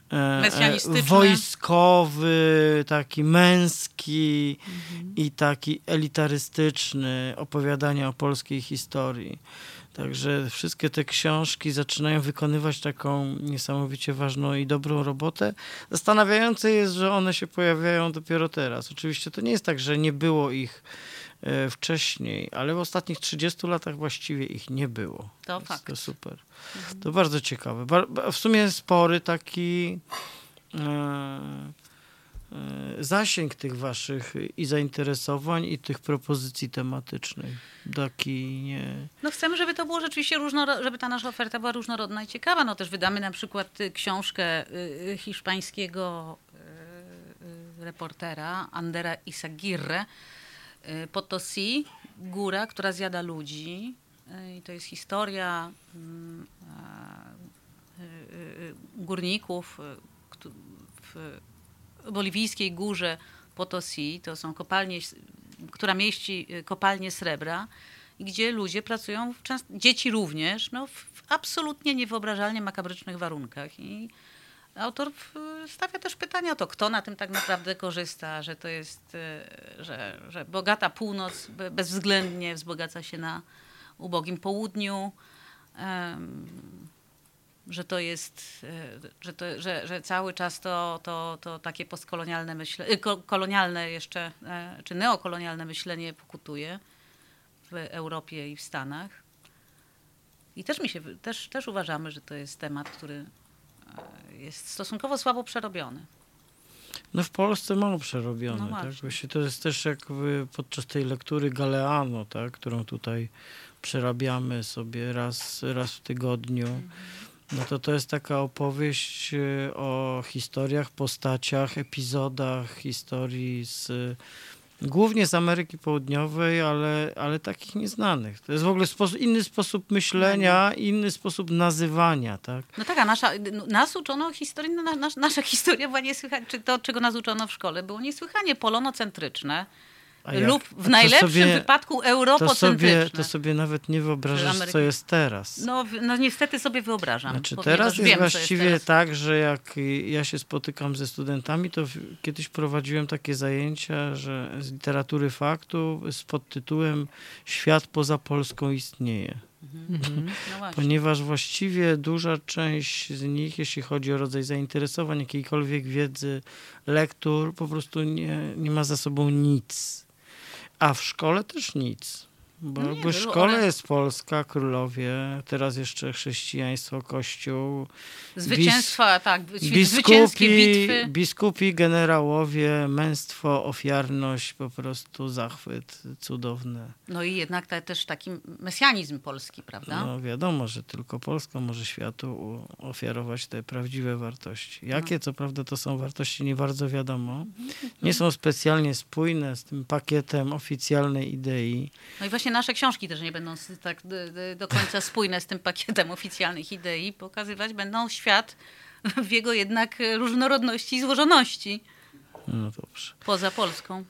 wojskowy, taki męski i taki elitarystyczny opowiadania o polskiej historii. Także wszystkie te książki zaczynają wykonywać taką niesamowicie ważną i dobrą robotę. Zastanawiające jest, że one się pojawiają dopiero teraz. Oczywiście to nie jest tak, że nie było ich wcześniej, ale w ostatnich 30 latach właściwie ich nie było. To fakt. To super. To bardzo ciekawe. W sumie spory taki zasięg tych waszych i zainteresowań i tych propozycji tematycznych. Taki nie... No chcemy, żeby to było rzeczywiście żeby ta nasza oferta była różnorodna i ciekawa. No też wydamy na przykład książkę hiszpańskiego reportera Andera Izaguirre, Potosí, góra, która zjada ludzi. I to jest historia górników w boliwijskiej górze Potosí. To są kopalnie, która mieści kopalnie srebra, gdzie ludzie pracują, dzieci również, no, w absolutnie niewyobrażalnie makabrycznych warunkach. I autor stawia też pytanie o to, kto na tym tak naprawdę korzysta, że to jest, że bogata północ bezwzględnie wzbogaca się na ubogim południu, że to jest, że cały czas to takie postkolonialne kolonialne jeszcze, czy neokolonialne myślenie pokutuje w Europie i w Stanach. I też uważamy, że to jest temat, który jest stosunkowo słabo przerobiony. No w Polsce mało przerobione. No tak? Właśnie to jest też jakby podczas tej lektury Galeano, tak? Którą tutaj przerabiamy sobie raz w tygodniu. No to jest taka opowieść o historiach, postaciach, epizodach historii głównie z Ameryki Południowej, ale takich nieznanych. To jest w ogóle inny sposób myślenia, inny sposób nazywania, tak? No tak, a nas uczono historii, nasza historia była niesłychanie, czy to, czego nas uczono w szkole, było niesłychanie polonocentryczne. Lub w najlepszym wypadku europocentryczne. To sobie nawet nie wyobrażasz, co jest teraz. No niestety sobie wyobrażam. Znaczy teraz jest właściwie tak, że jak ja się spotykam ze studentami, to kiedyś prowadziłem takie zajęcia, że z literatury faktu z podtytułem Świat poza Polską istnieje. No ponieważ właściwie duża część z nich, jeśli chodzi o rodzaj zainteresowań, jakiejkolwiek wiedzy, lektur, po prostu nie ma za sobą nic. A w szkole też nic. Bo w szkole jest Polska, królowie, teraz jeszcze chrześcijaństwo, Kościół. Zwycięstwa, zwycięskie bitwy. Biskupi, generałowie, męstwo, ofiarność, po prostu zachwyt cudowny. No i jednak też taki mesjanizm polski, prawda? No wiadomo, że tylko Polska może światu ofiarować te prawdziwe wartości. Jakie, co prawda, to są wartości, nie bardzo wiadomo. Nie są specjalnie spójne z tym pakietem oficjalnej idei. No i właśnie nasze książki też nie będą tak do końca spójne z tym pakietem oficjalnych idei. Pokazywać będą świat w jego jednak różnorodności i złożoności. No dobrze. Poza Polską.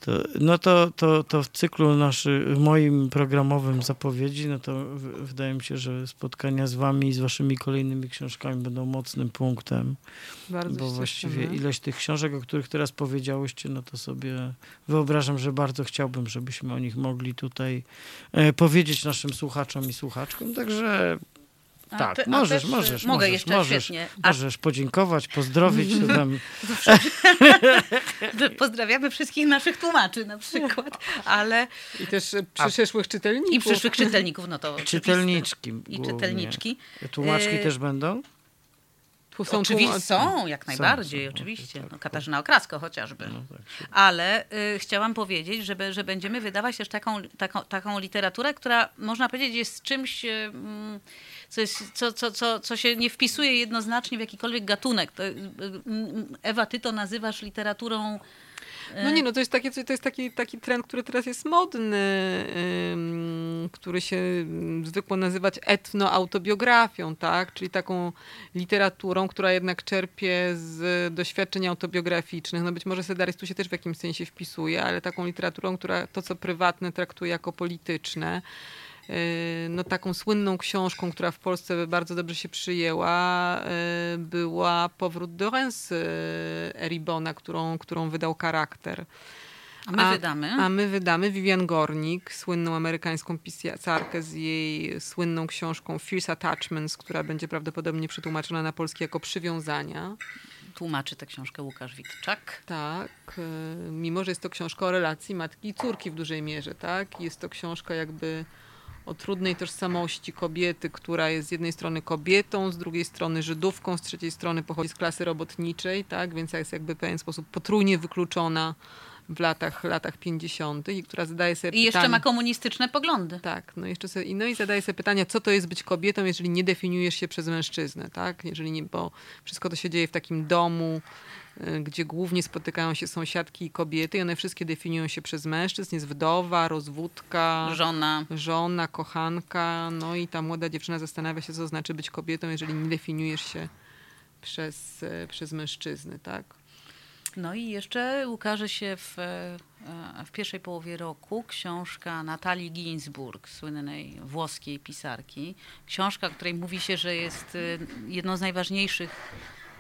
To w cyklu w moim programowym zapowiedzi, no to wydaje mi się, że spotkania z wami i z waszymi kolejnymi książkami będą mocnym punktem. Bardzo bo właściwie ileś tych książek, o których teraz powiedziałyście, no to sobie wyobrażam, że bardzo chciałbym, żebyśmy o nich mogli tutaj powiedzieć naszym słuchaczom i słuchaczkom. Także tak, możesz podziękować, pozdrowić. Pozdrawiamy wszystkich naszych tłumaczy na przykład, ale... I też przyszłych czytelników. I przyszłych czytelników, no to czytelniczki. I czytelniczki. Tłumaczki też będą? Oczywiście są, jak najbardziej, oczywiście. Tak, No, Katarzyna Okrasko chociażby. Ale chciałam powiedzieć, że będziemy wydawać też taką literaturę, która można powiedzieć jest czymś, co się nie wpisuje jednoznacznie w jakikolwiek gatunek. Ewa, ty to nazywasz literaturą... No to jest taki trend, który teraz jest modny, który się zwykło nazywać etnoautobiografią, tak? Czyli taką literaturą, która jednak czerpie z doświadczeń autobiograficznych. No być może Sedaris tu się też w jakimś sensie wpisuje, ale taką literaturą, która to, co prywatne, traktuje jako polityczne. No, taką słynną książką, która w Polsce bardzo dobrze się przyjęła, była Powrót do Reims Eribona, którą wydał Charakter. A my wydamy Vivian Gornick, słynną amerykańską pisarkę z jej słynną książką Fierce Attachments, która będzie prawdopodobnie przetłumaczona na polski jako Przywiązania. Tłumaczy tę książkę Łukasz Witczak. Tak, mimo że jest to książka o relacji matki i córki w dużej mierze, tak? Jest to książka jakby o trudnej tożsamości kobiety, która jest z jednej strony kobietą, z drugiej strony Żydówką, z trzeciej strony pochodzi z klasy robotniczej, tak? Więc jest jakby w pewien sposób potrójnie wykluczona w latach 50. i która zadaje sobie pytanie... I jeszcze ma komunistyczne poglądy. Tak, i zadaje sobie pytanie, co to jest być kobietą, jeżeli nie definiujesz się przez mężczyznę, tak? Bo wszystko to się dzieje w takim domu, gdzie głównie spotykają się sąsiadki i kobiety i one wszystkie definiują się przez mężczyzn. Jest wdowa, rozwódka, żona, kochanka. No i ta młoda dziewczyna zastanawia się, co znaczy być kobietą, jeżeli nie definiujesz się przez mężczyzny, tak? No i jeszcze ukaże się w pierwszej połowie roku książka Natalii Ginsburg, słynnej włoskiej pisarki. Książka, której mówi się, że jest jedną z najważniejszych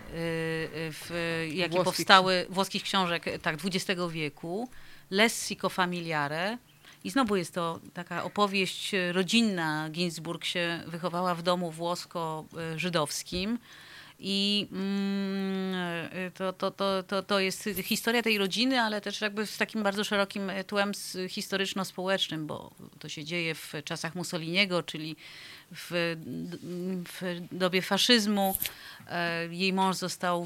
jakie powstały włoskich książek XX wieku, Lessico familiare. I znowu jest to taka opowieść rodzinna. Ginsburg się wychowała w domu włosko-żydowskim. I to jest historia tej rodziny, ale też jakby z takim bardzo szerokim tłem historyczno-społecznym, bo to się dzieje w czasach Mussoliniego, czyli w dobie faszyzmu. Jej mąż został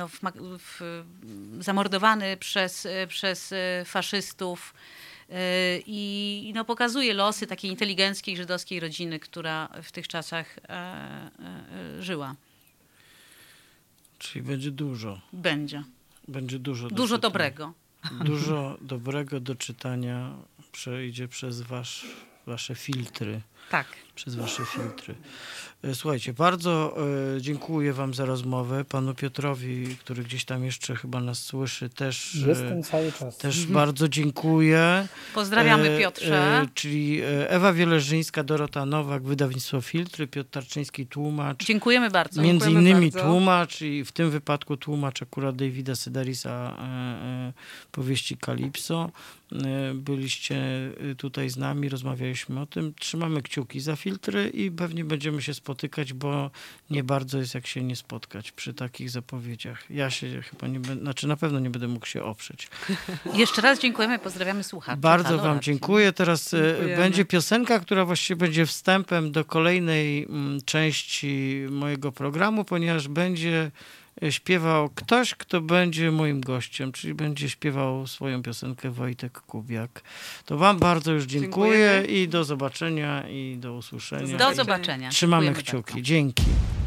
zamordowany przez faszystów. I pokazuje losy takiej inteligenckiej żydowskiej rodziny, która w tych czasach żyła. Czyli będzie dużo. Będzie dużo. Dużo dobrego. Dużo dobrego do czytania przejdzie przez wasze filtry. Tak. Przez wasze filtry. Słuchajcie, bardzo dziękuję wam za rozmowę. Panu Piotrowi, który gdzieś tam jeszcze chyba nas słyszy, też... Jestem cały czas. Też bardzo dziękuję. Pozdrawiamy Piotrze. Czyli Ewa Wielerzyńska, Dorota Nowak, wydawnictwo Filtry, Piotr Tarczyński, tłumacz. Dziękujemy bardzo. Między innymi tłumacz i w tym wypadku tłumacz akurat Davida Sedarisa powieści Kalipso. Byliście tutaj z nami, rozmawialiśmy o tym. Trzymamy kciuki za filtry i pewnie będziemy się spotykać, bo nie bardzo jest jak się nie spotkać przy takich zapowiedziach. Ja się chyba nie będę, na pewno nie będę mógł się oprzeć. Jeszcze raz dziękujemy, pozdrawiamy słuchaczy. Bardzo wam dziękuję. Teraz będzie piosenka, która właściwie będzie wstępem do kolejnej części mojego programu, ponieważ będzie śpiewał ktoś, kto będzie moim gościem, czyli będzie śpiewał swoją piosenkę Wojtek Kubiak. To wam bardzo już dziękuję i do zobaczenia i do usłyszenia. Do zobaczenia. Trzymamy kciuki. Bardzo. Dzięki.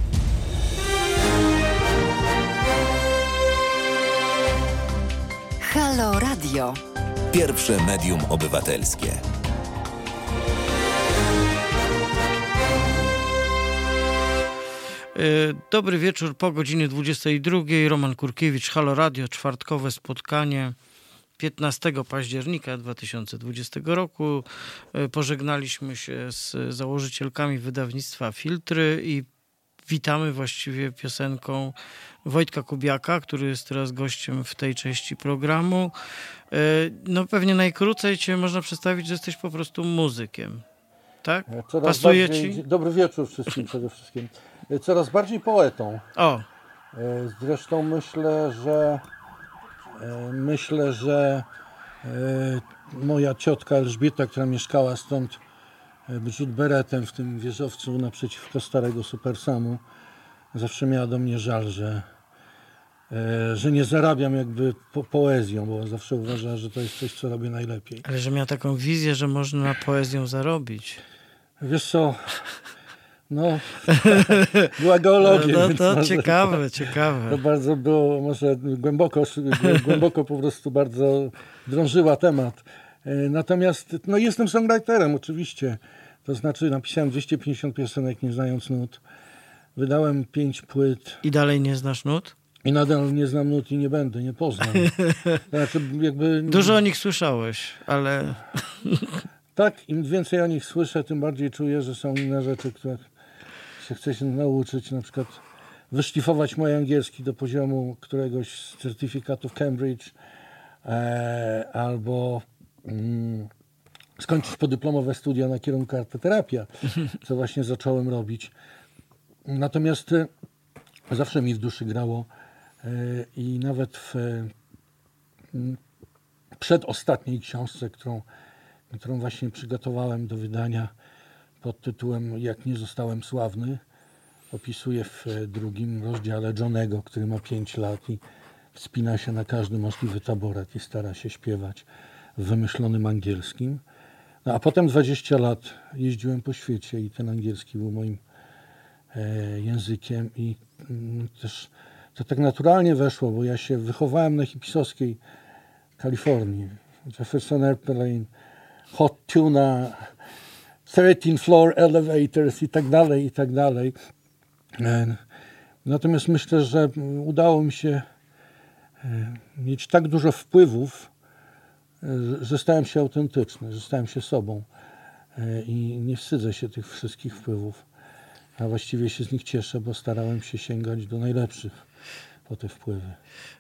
Halo Radio. Pierwsze medium obywatelskie. Dobry wieczór po godzinie 22. Roman Kurkiewicz, Halo Radio, czwartkowe spotkanie 15 października 2020 roku. Pożegnaliśmy się z założycielkami wydawnictwa Filtry i witamy właściwie piosenką Wojtka Kubiaka, który jest teraz gościem w tej części programu. No pewnie najkrócej cię można przedstawić, że jesteś po prostu muzykiem. Tak? Pasuje ci? Dobry wieczór wszystkim przede wszystkim. Coraz bardziej poetą. O. Zresztą myślę, że moja ciotka Elżbieta, która mieszkała stąd w rzut beretem w tym wieżowcu naprzeciwko starego Supersamu, zawsze miała do mnie żal, że nie zarabiam jakby poezją, bo zawsze uważała, że to jest coś, co robię najlepiej. Ale że miał taką wizję, że można poezją zarobić. Wiesz co, no, była geologiem. No to ciekawe. To bardzo było, może głęboko po prostu bardzo drążyła temat. Natomiast no, jestem songwriterem oczywiście. To znaczy napisałem 250 piosenek, nie znając nut. Wydałem 5 płyt. I dalej nie znasz nut? I nadal nie znam nut i nie będę, nie poznam. Znaczy, jakby... Dużo o nich słyszałeś, ale... Tak, im więcej o nich słyszę, tym bardziej czuję, że są inne rzeczy, których się chcę się nauczyć. Na przykład wyszlifować mój angielski do poziomu któregoś z certyfikatów Cambridge albo skończyć podyplomowe studia na kierunku arteterapia, co właśnie zacząłem robić. Natomiast zawsze mi w duszy grało i nawet w przedostatniej książce, którą właśnie przygotowałem do wydania pod tytułem Jak nie zostałem sławny, opisuję w drugim rozdziale Johnego, który ma 5 lat i wspina się na każdy możliwy taboret i stara się śpiewać w wymyślonym angielskim. No, a potem 20 lat jeździłem po świecie i ten angielski był moim językiem i też to tak naturalnie weszło, bo ja się wychowałem na hipisowskiej Kalifornii. Jefferson Airplane, Hot Tuna, 13th Floor Elevators i tak dalej. Natomiast myślę, że udało mi się mieć tak dużo wpływów, że stałem się autentyczny, że stałem się sobą i nie wstydzę się tych wszystkich wpływów, a właściwie się z nich cieszę, bo starałem się sięgać do najlepszych po te wpływy.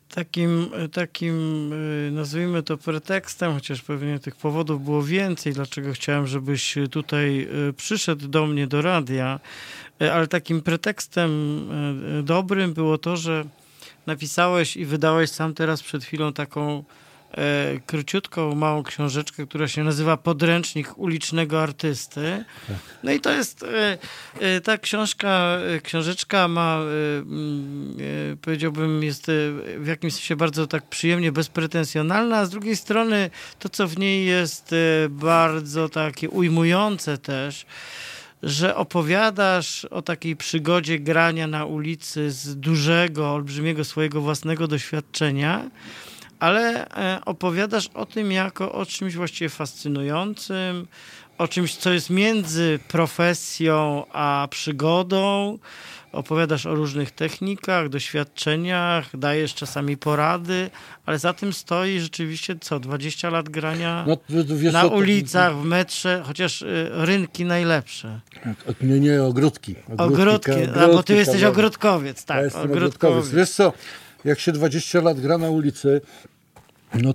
Takim nazwijmy to pretekstem, chociaż pewnie tych powodów było więcej, dlaczego chciałem, żebyś tutaj przyszedł do mnie do radia, ale takim pretekstem dobrym było to, że napisałeś i wydałeś sam teraz przed chwilą taką króciutką, małą książeczkę, która się nazywa Podręcznik ulicznego artysty. No i to jest ta książeczka ma, powiedziałbym, jest w jakimś sensie bardzo tak przyjemnie bezpretensjonalna, a z drugiej strony to, co w niej jest bardzo takie ujmujące też, że opowiadasz o takiej przygodzie grania na ulicy z dużego, olbrzymiego swojego własnego doświadczenia, ale opowiadasz o tym jako o czymś właściwie fascynującym, o czymś, co jest między profesją a przygodą. Opowiadasz o różnych technikach, doświadczeniach, dajesz czasami porady, ale za tym stoi rzeczywiście 20 lat grania na ulicach, w metrze, chociaż rynki najlepsze. Nie, ogródki. Ogródki, bo ty jesteś ogródkowiec, tak. Ja jestem ogródkowiec. Wiesz co, jak się 20 lat gra na ulicy, no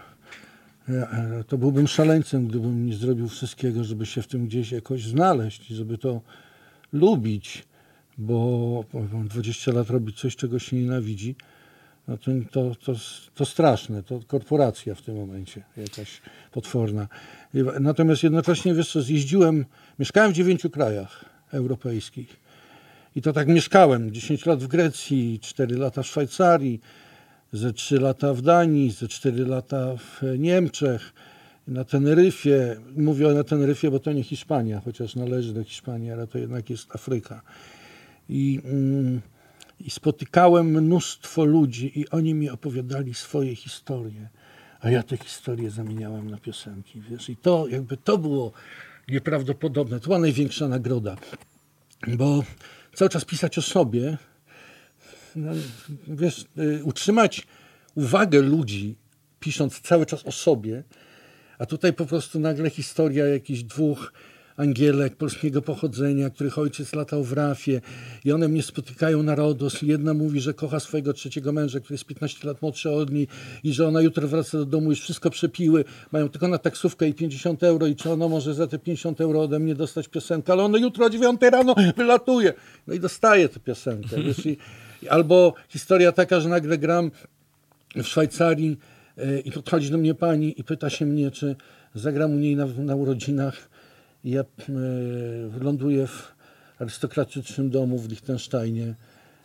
to byłbym szaleńcem, gdybym nie zrobił wszystkiego, żeby się w tym gdzieś jakoś znaleźć i żeby to lubić, bo 20 lat robić coś, czego się nienawidzi, no to straszne, to korporacja w tym momencie jakaś potworna. Natomiast jednocześnie, wiesz co, mieszkałem w 9 krajach europejskich i to tak mieszkałem, 10 lat w Grecji, 4 lata w Szwajcarii, ze 3 lata w Danii, ze 4 lata w Niemczech, na Teneryfie. Mówię na Teneryfie, bo to nie Hiszpania, chociaż należy do Hiszpanii, ale to jednak jest Afryka. I spotykałem mnóstwo ludzi i oni mi opowiadali swoje historie, a ja te historie zamieniałem na piosenki, wiesz. I to było nieprawdopodobne. To była największa nagroda, bo cały czas pisać o sobie, no, wiesz, utrzymać uwagę ludzi, pisząc cały czas o sobie, a tutaj po prostu nagle historia jakichś 2 Angielek polskiego pochodzenia, których ojciec latał w rafie i one mnie spotykają na RODOS i jedna mówi, że kocha swojego 3. męża, który jest 15 lat młodszy od niej i że ona jutro wraca do domu, już wszystko przepiły, mają tylko na taksówkę i 50 euro i czy ona może za te 50 euro ode mnie dostać piosenkę, ale ona jutro o 9 rano wylatuje. No i dostaje tę piosenkę. Wiesz, albo historia taka, że nagle gram w Szwajcarii i podchodzi do mnie pani i pyta się mnie, czy zagram u niej na urodzinach. I ja ląduję w arystokratycznym domu w Liechtensteinie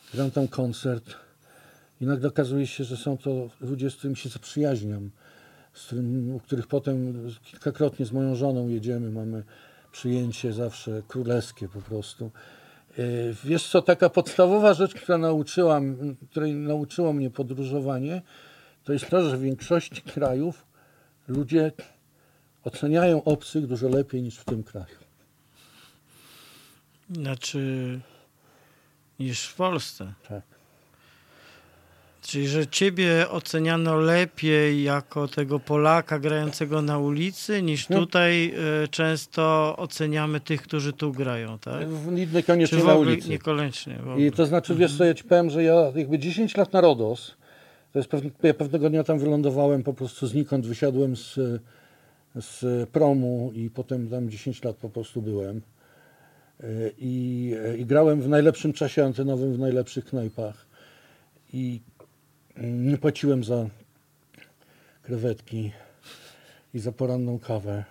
gram tam koncert i nagle okazuje się, że są to ludzie, z którymi się zaprzyjaźniam, u których potem kilkakrotnie z moją żoną jedziemy, mamy przyjęcie zawsze królewskie po prostu. Wiesz co, taka podstawowa rzecz, której nauczyło mnie podróżowanie, to jest to, że w większości krajów ludzie oceniają obcych dużo lepiej niż w tym kraju. Znaczy, niż w Polsce. Tak. Czyli, że ciebie oceniano lepiej jako tego Polaka grającego na ulicy, niż tutaj często oceniamy tych, którzy tu grają, tak? Niekoniecznie na ulicy. Niekoniecznie. I to znaczy, wiesz co, ja ci powiem, że ja jakby 10 lat na Rodos, to jest ja pewnego dnia tam wylądowałem po prostu znikąd, wysiadłem z promu i potem tam 10 lat po prostu byłem. I grałem w najlepszym czasie antenowym, w najlepszych knajpach. I nie płaciłem za krewetki i za poranną kawę.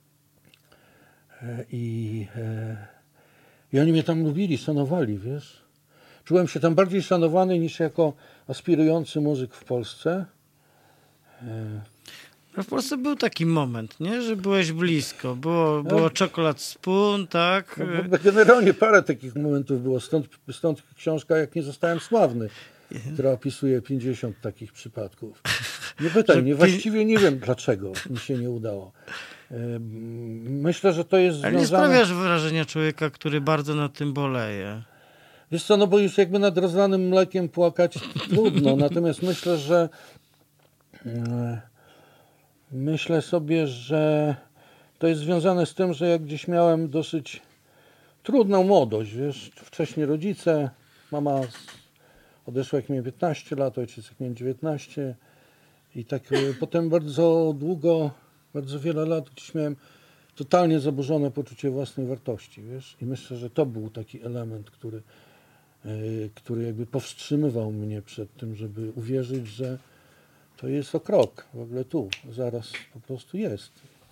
I oni mnie tam lubili, szanowali, wiesz. Czułem się tam bardziej szanowany niż jako aspirujący muzyk w Polsce. W Polsce był taki moment, nie? Że byłeś blisko. Było Chocolate Spoon, tak? No, generalnie parę takich momentów było. Stąd książka Jak nie zostałem sławny, która opisuje 50 takich przypadków. Nie pytaj mnie, właściwie nie wiem, dlaczego mi się nie udało. Myślę, że to jest związane... Ale nie sprawiasz wrażenia człowieka, który bardzo nad tym boleje. Wiesz co, no bo już jakby nad rozlanym mlekiem płakać trudno. Natomiast myślę sobie, że to jest związane z tym, że jak gdzieś miałem dosyć trudną młodość, wiesz, wcześniej rodzice, mama odeszła jak miałem 15 lat, ojciec jak miałem 19 i tak potem bardzo długo, bardzo wiele lat gdzieś miałem totalnie zaburzone poczucie własnej wartości, wiesz, i myślę, że to był taki element, który jakby powstrzymywał mnie przed tym, żeby uwierzyć, że to jest o krok, w ogóle tu, zaraz po prostu jest.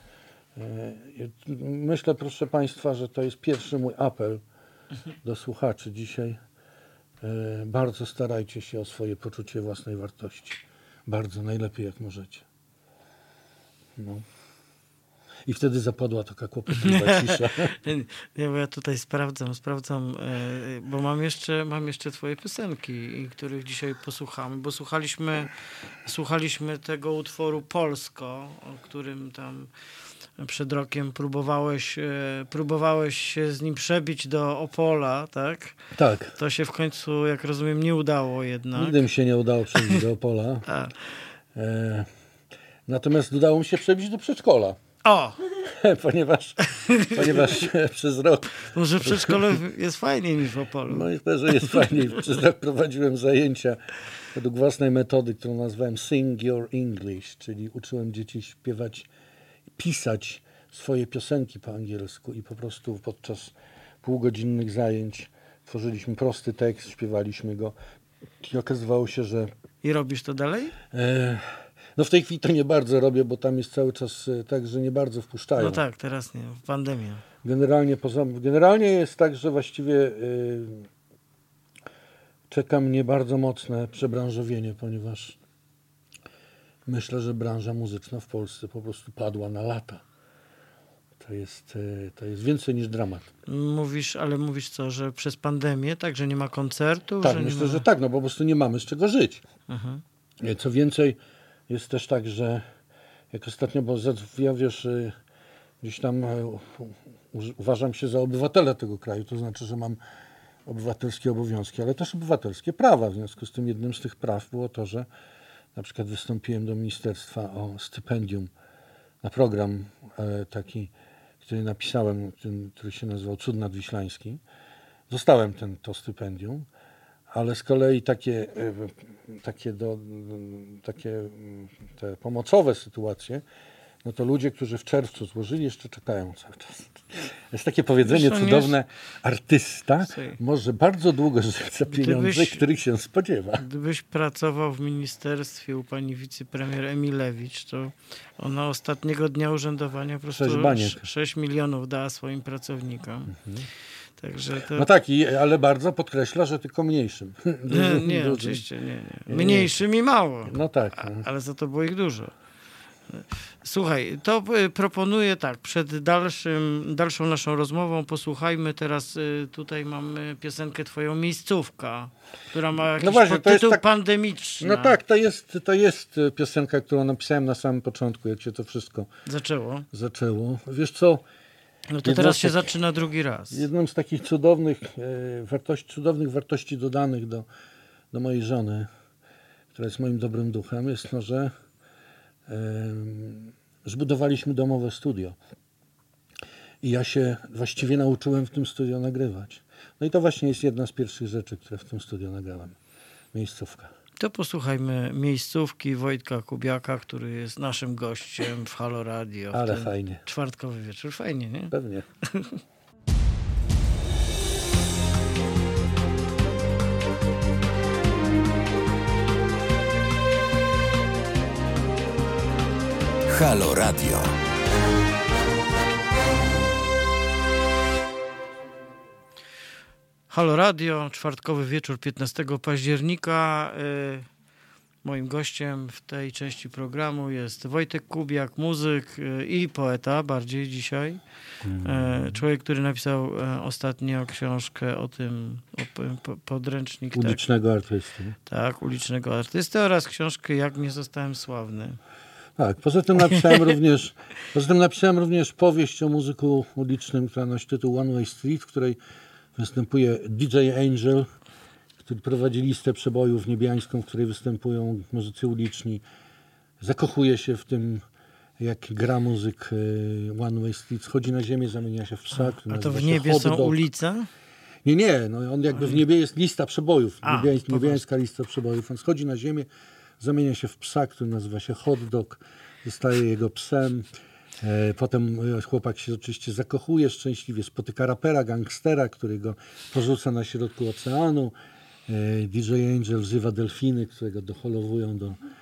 Myślę, proszę Państwa, że to jest pierwszy mój apel do słuchaczy dzisiaj. Bardzo starajcie się o swoje poczucie własnej wartości. Bardzo, najlepiej jak możecie. No. I wtedy zapadła taka kłopotliwa cisza. Nie, bo ja tutaj sprawdzam, bo mam jeszcze twoje piosenki, których dzisiaj posłuchamy, bo słuchaliśmy tego utworu Polsko, o którym tam przed rokiem próbowałeś się z nim przebić do Opola, tak? Tak. To się w końcu, jak rozumiem, nie udało jednak. Nigdy mi się nie udało przebić do Opola. Natomiast udało mi się przebić do przedszkola. O! ponieważ przez rok... Może w przedszkolu jest fajniej niż w Opolu. No i że jest fajniej. Przez rok prowadziłem zajęcia według własnej metody, którą nazwałem Sing Your English, czyli uczyłem dzieci śpiewać, pisać swoje piosenki po angielsku i po prostu podczas półgodzinnych zajęć tworzyliśmy prosty tekst, śpiewaliśmy go i okazywało się, że... I robisz to dalej? No w tej chwili to nie bardzo robię, bo tam jest cały czas tak, że nie bardzo wpuszczają. No tak, teraz nie, pandemia. Generalnie jest tak, że właściwie czeka mnie bardzo mocne przebranżowienie, ponieważ myślę, że branża muzyczna w Polsce po prostu padła na lata. To jest więcej niż dramat. Mówisz co, że przez pandemię, tak, że nie ma koncertów? Tak, że myślę, nie ma... że tak, no po prostu nie mamy z czego żyć. Mhm. Co więcej, jest też tak, że jak ostatnio, bo ja wiesz, gdzieś tam uważam się za obywatela tego kraju, to znaczy, że mam obywatelskie obowiązki, ale też obywatelskie prawa. W związku z tym jednym z tych praw było to, że na przykład wystąpiłem do ministerstwa o stypendium na program taki, który napisałem, który się nazywał Cud Nadwiślański. Dostałem to stypendium, ale z kolei takie te pomocowe sytuacje, no to ludzie, którzy w czerwcu złożyli, jeszcze czekają cały czas. Jest takie powiedzenie cudowne, artysta może bardzo długo żyć za pieniądze, których się spodziewa. Gdybyś pracował w ministerstwie u pani wicepremier Emilewicz, to ona ostatniego dnia urzędowania po prostu 6 milionów dała swoim pracownikom. Mhm. Także to... No tak, ale bardzo podkreśla, że tylko mniejszym. Nie, oczywiście nie. Mniejszym i mało. No tak. Ale za to było ich dużo. Słuchaj, to proponuję tak, przed dalszą naszą rozmową posłuchajmy teraz, tutaj mamy piosenkę twoją Miejscówka, która ma jakiś podtytuł pandemiczny. No tak, to jest piosenka, którą napisałem na samym początku, jak się to wszystko zaczęło. Wiesz co? No to teraz się zaczyna drugi raz. Jedną z takich cudownych wartości dodanych do mojej żony, która jest moim dobrym duchem, jest to, że zbudowaliśmy domowe studio. I ja się właściwie nauczyłem w tym studio nagrywać. No i to właśnie jest jedna z pierwszych rzeczy, które w tym studio nagrałem. Miejscówka. To posłuchajmy Miejscówki Wojtka Kubiaka, który jest naszym gościem w Halo Radio. Ale fajnie. Czwartkowy wieczór. Fajnie, nie? Pewnie. Halo Radio. Halo Radio, czwartkowy wieczór 15 października. Moim gościem w tej części programu jest Wojtek Kubiak, muzyk i poeta bardziej dzisiaj. Człowiek, który napisał ostatnio książkę o tym, podręcznik. Ulicznego artysty. Tak, ulicznego artysty oraz książkę Jak nie zostałem sławny. Tak, poza tym napisałem również powieść o muzyku ulicznym, która nosi tytuł One Way Street, w której występuje DJ Angel, który prowadzi listę przebojów niebiańską, w której występują muzycy uliczni. Zakochuje się w tym, jak gra muzyk One Way Street. Schodzi na ziemię, zamienia się w psa. A to w niebie są ulice? Nie. No on jakby w niebie jest lista przebojów. Niebiańska lista przebojów. On schodzi na ziemię, zamienia się w psa, który nazywa się Hot Dog. Zostaje jego psem. Potem chłopak się oczywiście zakochuje szczęśliwie. Spotyka rapera, gangstera, który go porzuca na środku oceanu. DJ Angel wzywa delfiny, które go doholowują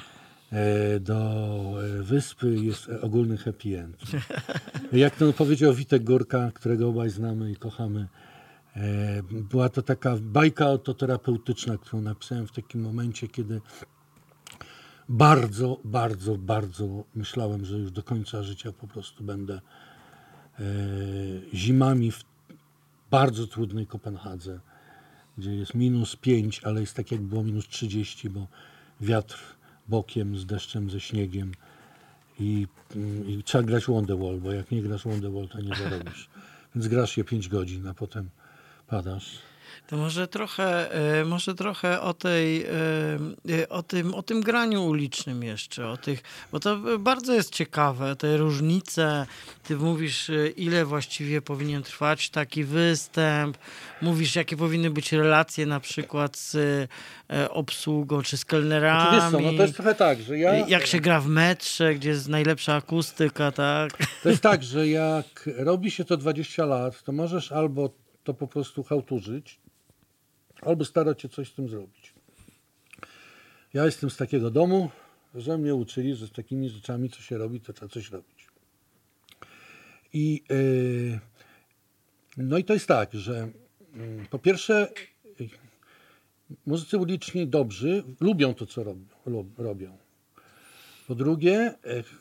do wyspy. Jest ogólny happy end. Jak to powiedział Witek Górka, którego obaj znamy i kochamy, była to taka bajka autoterapeutyczna, którą napisałem w takim momencie, kiedy bardzo, bardzo, bardzo myślałem, że już do końca życia po prostu będę zimami w bardzo trudnej Kopenhadze, gdzie jest -5, ale jest tak, jak było -30, bo wiatr bokiem z deszczem, ze śniegiem i trzeba grać Wonderwall, bo jak nie grasz Wonderwall, to nie zarobisz. Więc grasz je 5 godzin, a potem padasz. To może trochę o tym graniu ulicznym jeszcze, bo to bardzo jest ciekawe, te różnice. Ty mówisz, ile właściwie powinien trwać taki występ, mówisz, jakie powinny być relacje na przykład z obsługą, czy z kelnerami. Wiesz co, no to jest trochę tak, że jak się gra w metrze, gdzie jest najlepsza akustyka, tak? To jest tak, że jak robi się to 20 lat, to możesz albo to po prostu chałturzyć, albo starać się coś z tym zrobić. Ja jestem z takiego domu, że mnie uczyli, że z takimi rzeczami, co się robi, to trzeba coś robić. No i to jest tak, że po pierwsze muzycy uliczni dobrzy lubią to, co robią. Po drugie,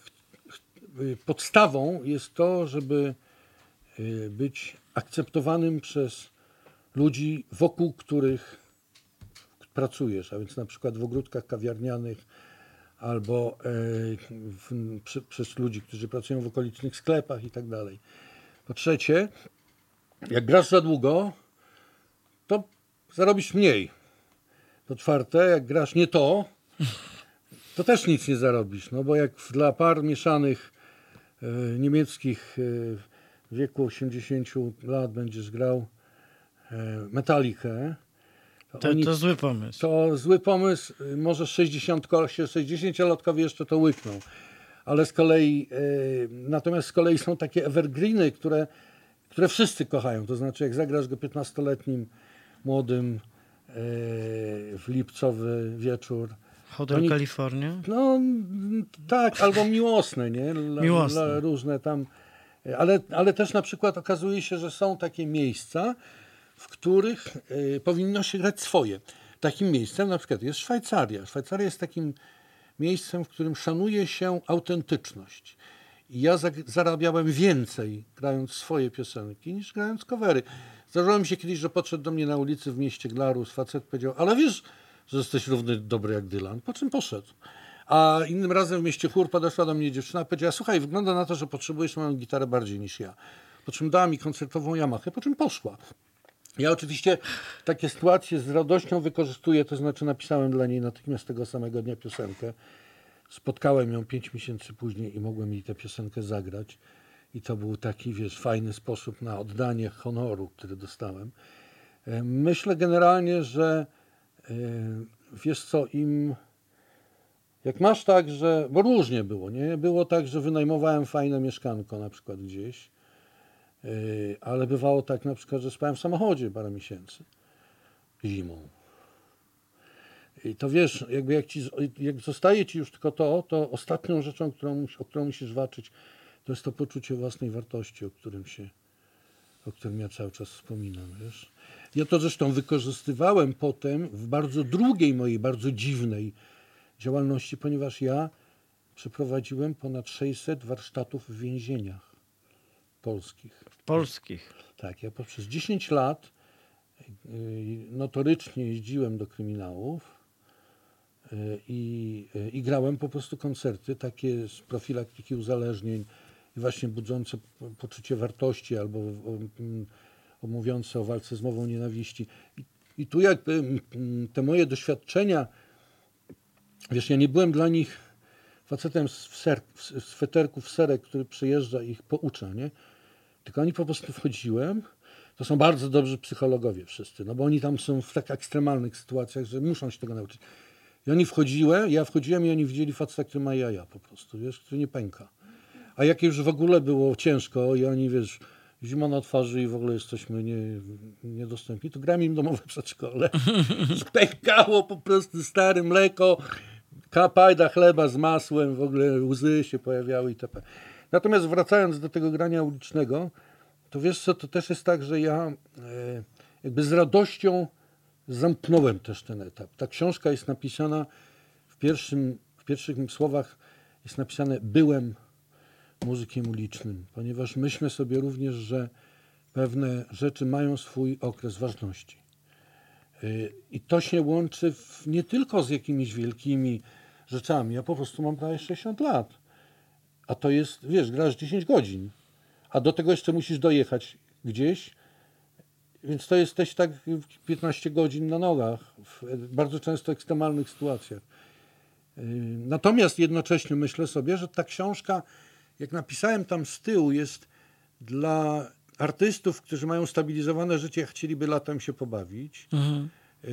podstawą jest to, żeby być akceptowanym przez ludzi, wokół których pracujesz, a więc na przykład w ogródkach kawiarnianych albo przez ludzi, którzy pracują w okolicznych sklepach i tak dalej. Po trzecie, jak grasz za długo, to zarobisz mniej. Po czwarte, jak grasz nie to też nic nie zarobisz, no bo jak dla par mieszanych niemieckich w wieku 80 lat będziesz grał Metalikę, to zły pomysł. To zły pomysł, może 60-latkowie jeszcze to łykną, ale natomiast z kolei są takie evergreeny, które wszyscy kochają, to znaczy jak zagrasz go 15-letnim młodym w lipcowy wieczór. Hotel California? No tak, albo miłosne, nie? Miłosne. Różne tam, ale też na przykład okazuje się, że są takie miejsca, w których powinno się grać swoje. Takim miejscem na przykład jest Szwajcaria. Szwajcaria jest takim miejscem, w którym szanuje się autentyczność. I ja zarabiałem więcej grając swoje piosenki niż grając covery. Zdarzyło mi się kiedyś, że podszedł do mnie na ulicy w mieście Glarus facet, powiedział, ale wiesz, że jesteś równy dobry jak Dylan, po czym poszedł. A innym razem w mieście Chór podeszła do mnie dziewczyna i powiedziała, słuchaj, wygląda na to, że potrzebujesz moją gitarę bardziej niż ja. Po czym dała mi koncertową Yamahę, po czym poszła. Ja oczywiście takie sytuacje z radością wykorzystuję, to znaczy napisałem dla niej natychmiast tego samego dnia piosenkę. Spotkałem ją 5 miesięcy później i mogłem jej tę piosenkę zagrać. I to był taki, wiesz, fajny sposób na oddanie honoru, który dostałem. Myślę generalnie, że wiesz co, jak masz tak, że, bo różnie było, nie? Było tak, że wynajmowałem fajne mieszkanko na przykład gdzieś, ale bywało tak na przykład, że spałem w samochodzie parę miesięcy zimą. I to wiesz, jakby jak zostaje ci już tylko to ostatnią rzeczą, o którą musisz walczyć, to jest to poczucie własnej wartości, o którym ja cały czas wspominam, wiesz. Ja to zresztą wykorzystywałem potem w bardzo drugiej mojej, bardzo dziwnej działalności, ponieważ ja przeprowadziłem ponad 600 warsztatów w więzieniach polskich. Polskich. Tak, ja przez 10 lat notorycznie jeździłem do kryminałów i grałem po prostu koncerty takie z profilaktyki uzależnień i właśnie budzące poczucie wartości albo mówiące o walce z mową nienawiści. I tu jakby te moje doświadczenia, wiesz, ja nie byłem dla nich facetem z sweterku w serek, który przyjeżdża i ich poucza, nie? Tylko oni po prostu wchodziłem. To są bardzo dobrzy psychologowie wszyscy, no bo oni tam są w tak ekstremalnych sytuacjach, że muszą się tego nauczyć. I ja wchodziłem i oni widzieli faceta, który ma jaja po prostu, wiesz, który nie pęka. A jak już w ogóle było ciężko i oni, wiesz, zima na twarzy i w ogóle jesteśmy niedostępni, to grałem im domowe przedszkole. I pękało po prostu stare mleko, pajda chleba z masłem, w ogóle łzy się pojawiały itp. Natomiast wracając do tego grania ulicznego, to wiesz co, to też jest tak, że ja jakby z radością zamknąłem też ten etap. Ta książka jest napisana w pierwszych słowach jest napisane byłem muzykiem ulicznym, ponieważ myślę sobie również, że pewne rzeczy mają swój okres ważności. I to się łączy nie tylko z jakimiś wielkimi rzeczami. Ja po prostu mam prawie 60 lat. A to jest, wiesz, grasz 10 godzin. A do tego jeszcze musisz dojechać gdzieś. Więc to jesteś tak 15 godzin na nogach. W bardzo często ekstremalnych sytuacjach. Natomiast jednocześnie myślę sobie, że ta książka, jak napisałem tam z tyłu, jest dla artystów, którzy mają stabilizowane życie, chcieliby latem się pobawić. Mhm.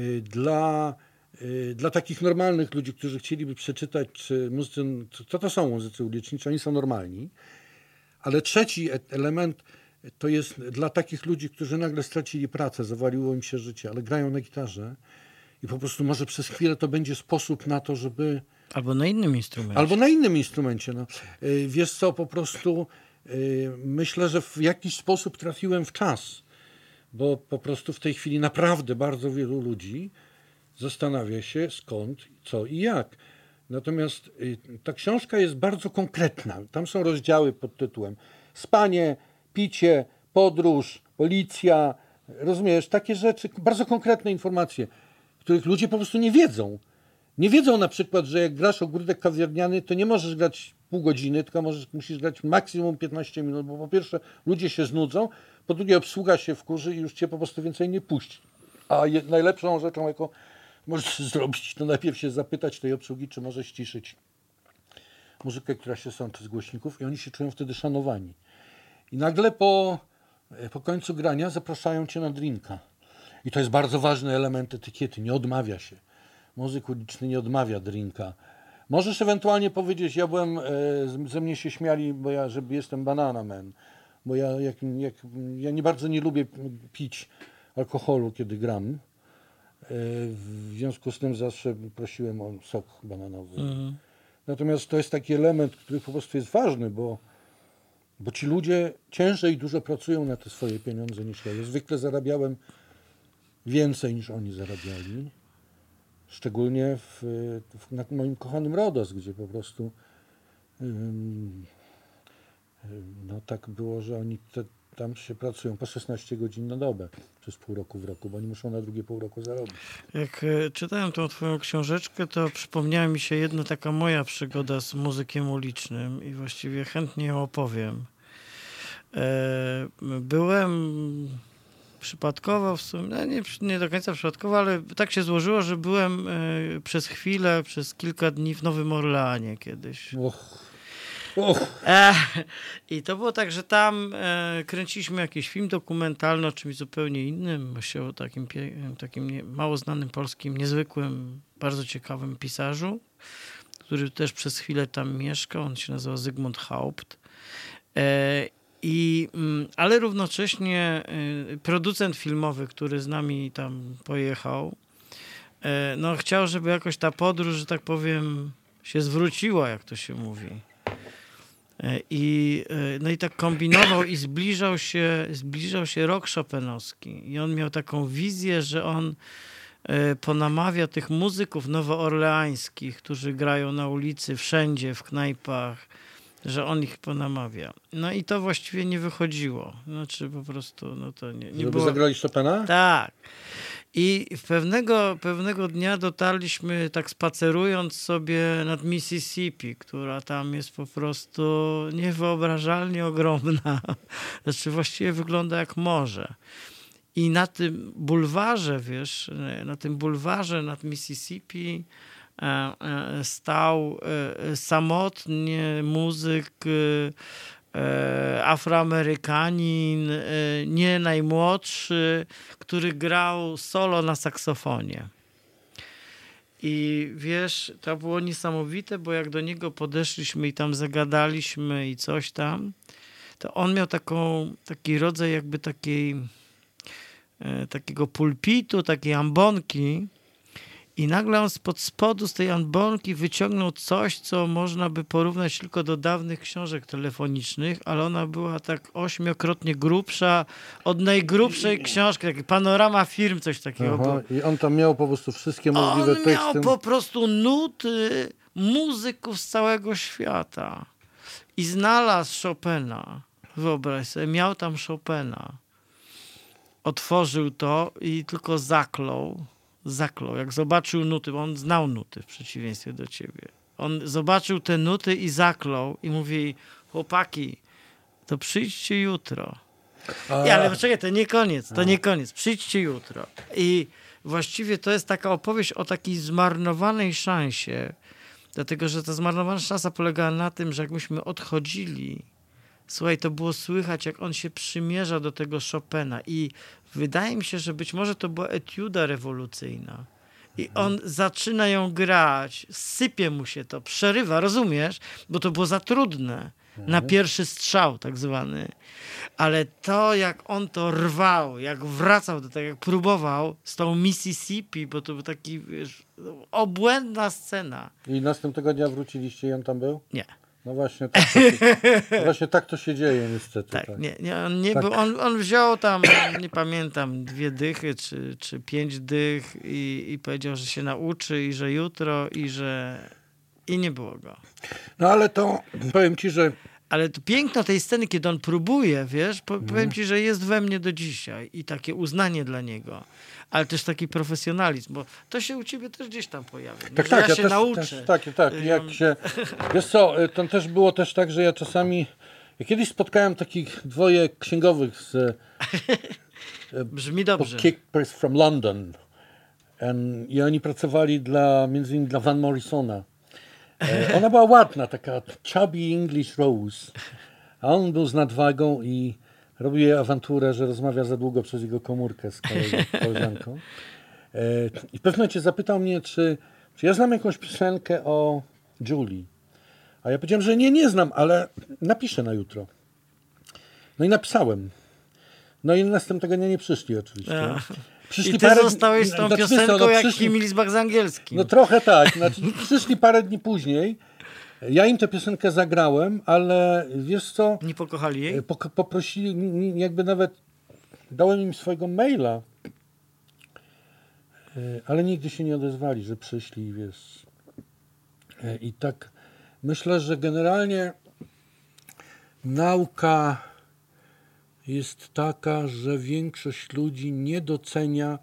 Dla takich normalnych ludzi, którzy chcieliby przeczytać, czy co to są muzycy uliczni, czy oni są normalni. Ale trzeci element to jest dla takich ludzi, którzy nagle stracili pracę, zawaliło im się życie, ale grają na gitarze i po prostu może przez chwilę to będzie sposób na to, żeby... Albo na innym instrumencie. Albo na innym instrumencie. No. Wiesz co, po prostu myślę, że w jakiś sposób trafiłem w czas, bo po prostu w tej chwili naprawdę bardzo wielu ludzi zastanawia się skąd, co i jak. Natomiast ta książka jest bardzo konkretna. Tam są rozdziały pod tytułem spanie, picie, podróż, policja, rozumiesz, takie rzeczy, bardzo konkretne informacje, których ludzie po prostu nie wiedzą. Nie wiedzą na przykład, że jak grasz ogródek kawiarniany, to nie możesz grać pół godziny, tylko musisz grać maksimum 15 minut, bo po pierwsze ludzie się znudzą, po drugie obsługa się wkurzy i już cię po prostu więcej nie puści. A najlepszą rzeczą, jaką możesz zrobić, to najpierw się zapytać tej obsługi, czy może ściszyć muzykę, która się sączy z głośników i oni się czują wtedy szanowani. I nagle po końcu grania zapraszają cię na drinka. I to jest bardzo ważny element etykiety, nie odmawia się. Muzyk uliczny nie odmawia drinka. Możesz ewentualnie powiedzieć, ze mnie się śmiali, bo jestem banana man, bo ja nie bardzo nie lubię pić alkoholu, kiedy gram. W związku z tym zawsze prosiłem o sok bananowy. Mhm. Natomiast to jest taki element, który po prostu jest ważny, bo ci ludzie ciężej i dużo pracują na te swoje pieniądze niż ja. Ja zwykle zarabiałem więcej niż oni zarabiali. Szczególnie na moim kochanym Rodos, gdzie po prostu no tak było, że oni tam się pracują po 16 godzin na dobę przez pół roku w roku, bo oni muszą na drugie pół roku zarobić. Jak czytałem tą twoją książeczkę, to przypomniała mi się jedna taka moja przygoda z muzykiem ulicznym i właściwie chętnie ją opowiem. Byłem przypadkowo w sumie, nie do końca przypadkowo, ale tak się złożyło, że byłem przez chwilę, przez kilka dni w Nowym Orleanie kiedyś. I to było tak, że tam kręciliśmy jakiś film dokumentalny o czymś zupełnie innym, o takim mało znanym polskim, niezwykłym, bardzo ciekawym pisarzu, który też przez chwilę tam mieszkał. On się nazywa Zygmunt Haupt. Ale równocześnie producent filmowy, który z nami tam pojechał, no chciał, żeby jakoś ta podróż, że tak powiem, się zwróciła, jak to się mówi. No i tak kombinował i zbliżał się rok chopinowski. I on miał taką wizję, że on ponamawia tych muzyków nowoorleańskich, którzy grają na ulicy, wszędzie, w knajpach, że on ich ponamawia. No i to właściwie nie wychodziło. Znaczy po prostu, no to nie Żeby było... zagrali Chopina? Tak. I pewnego dnia dotarliśmy tak spacerując sobie nad Mississippi, która tam jest po prostu niewyobrażalnie ogromna. Znaczy właściwie wygląda jak morze. I na tym bulwarze, nad Mississippi stał samotnie muzyk Afroamerykanin, nie najmłodszy, który grał solo na saksofonie. I wiesz, to było niesamowite, bo jak do niego podeszliśmy i tam zagadaliśmy i coś tam, to on miał taki rodzaj jakby takiego pulpitu, takiej ambonki, i nagle on spod spodu z tej ambonki wyciągnął coś, co można by porównać tylko do dawnych książek telefonicznych, ale ona była tak 8-krotnie grubsza od najgrubszej książki, taki panorama firm, coś takiego. Aha, i on tam miał po prostu wszystkie możliwe teksty. On miał po prostu nuty muzyków z całego świata. I znalazł Chopina. Wyobraź sobie, miał tam Chopina. Otworzył to i tylko zaklął. Jak zobaczył nuty, bo on znał nuty w przeciwieństwie do ciebie. On zobaczył te nuty i zaklął i mówi: chłopaki, to przyjdźcie jutro. Ale poczekaj, to nie koniec. Przyjdźcie jutro. I właściwie to jest taka opowieść o takiej zmarnowanej szansie, dlatego że ta zmarnowana szansa polegała na tym, że jak myśmy odchodzili, słuchaj, to było słychać, jak on się przymierza do tego Chopina i wydaje mi się, że być może to była etiuda rewolucyjna. I on zaczyna ją grać, sypie mu się to, przerywa, rozumiesz? Bo to było za trudne na pierwszy strzał tak zwany. Ale to, jak on to rwał, jak wracał do tego, jak próbował z tą Mississippi, bo to był taki, wiesz, obłędna scena. I następnego dnia wróciliście i on tam był? Nie. No właśnie tak to się dzieje niestety. Tak. Tak. On wziął tam, nie pamiętam, 2 dychy czy 5 dych i powiedział, że się nauczy i że jutro i nie było go. No ale to powiem ci, że... Ale to piękno tej sceny, kiedy on próbuje, wiesz, powiem ci, że jest we mnie do dzisiaj i takie uznanie dla niego. Ale też taki profesjonalizm, bo to się u ciebie też gdzieś tam pojawia. Tak, ja się nauczę. Tak. Jak się, wiesz co, to też było tak, że ja czasami... Ja kiedyś spotkałem takich 2 księgowych z... Brzmi dobrze. Kickers from London. I oni pracowali między innymi dla Van Morrisona. Ona była ładna, taka chubby English Rose. A on był z nadwagą i robił jej awanturę, że rozmawia za długo przez jego komórkę z koleżanką. I w pewnym momencie zapytał mnie, czy ja znam jakąś piosenkę o Julie. A ja powiedziałem, że nie znam, ale napiszę na jutro. No i napisałem. No i następnego dnia nie przyszli oczywiście. I ty zostałeś z tą piosenką jak Himmelbach z angielskim. No trochę tak. Znaczy, przyszli parę dni później. Ja im tę piosenkę zagrałem, ale wiesz co? Nie pokochali jej? Poprosili, jakby nawet dałem im swojego maila ale nigdy się nie odezwali, że przyszli, wiesz. I tak myślę, że generalnie nauka jest taka, że większość ludzi nie docenia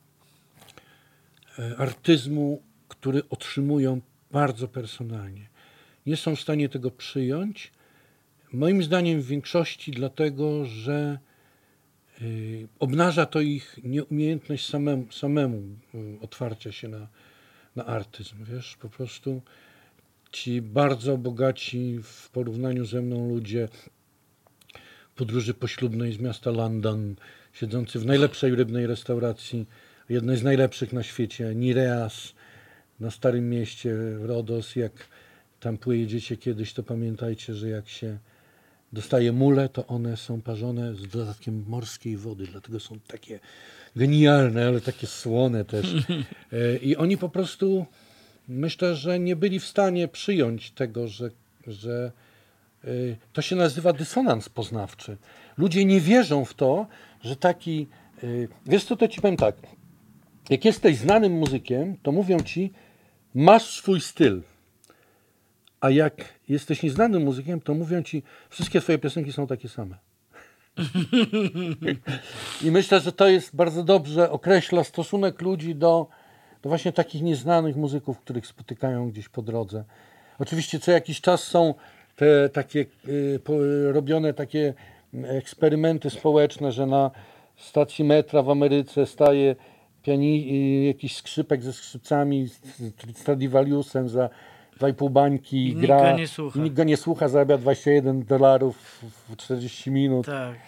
artyzmu, który otrzymują bardzo personalnie. Nie są w stanie tego przyjąć. Moim zdaniem w większości dlatego, że obnaża to ich nieumiejętność samemu otwarcia się na artyzm. Wiesz, po prostu ci bardzo bogaci w porównaniu ze mną ludzie podróży poślubnej z miasta London, siedzący w najlepszej rybnej restauracji, jednej z najlepszych na świecie, Nireas, na Starym Mieście, Rodos. Jak tam pojedziecie kiedyś, to pamiętajcie, że jak się dostaje mule, to one są parzone z dodatkiem morskiej wody, dlatego są takie genialne, ale takie słone też. I oni po prostu, myślę, że nie byli w stanie przyjąć tego, że to się nazywa dysonans poznawczy. Ludzie nie wierzą w to, że taki... Wiesz co, to ci powiem tak. Jak jesteś znanym muzykiem, to mówią ci, masz swój styl. A jak jesteś nieznanym muzykiem, to mówią ci, wszystkie twoje piosenki są takie same. I myślę, że to jest bardzo dobrze określa stosunek ludzi do właśnie takich nieznanych muzyków, których spotykają gdzieś po drodze. Oczywiście co jakiś czas są te takie robione takie eksperymenty społeczne, że na stacji metra w Ameryce staje jakiś skrzypek ze skrzypcami, z Stradivariusem za 2,5 bańki, gra, nikt go nie słucha, zarabia $21 w 40 minut. Tak.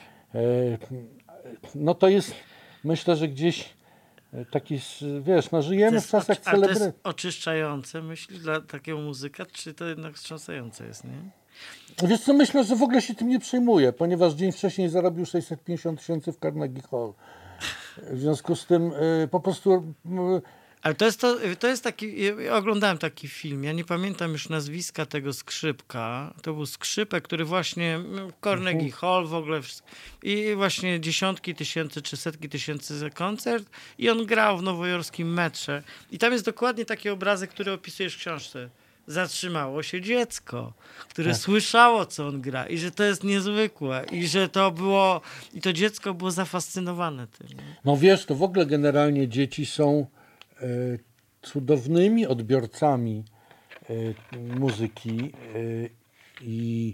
No to jest, myślę, że gdzieś taki, wiesz, no żyjemy w czasach celebrytów. To jest oczyszczające, myślisz, dla takiego muzyka, czy to jednak wstrząsające jest, nie? Wiesz co, myślę, że w ogóle się tym nie przejmuje, ponieważ dzień wcześniej zarobił 650 000 w Carnegie Hall. W związku z tym po prostu... Ale to jest taki, ja oglądałem taki film, ja nie pamiętam już nazwiska tego skrzypka, to był skrzypek, który właśnie Carnegie Hall w ogóle i właśnie dziesiątki tysięcy czy setki tysięcy za koncert i on grał w nowojorskim metrze i tam jest dokładnie taki obrazek, który opisujesz w książce. Zatrzymało się dziecko, które słyszało, co on gra i że to jest niezwykłe i że to było, i to dziecko było zafascynowane tym. Nie? No wiesz, to w ogóle generalnie dzieci są cudownymi odbiorcami muzyki i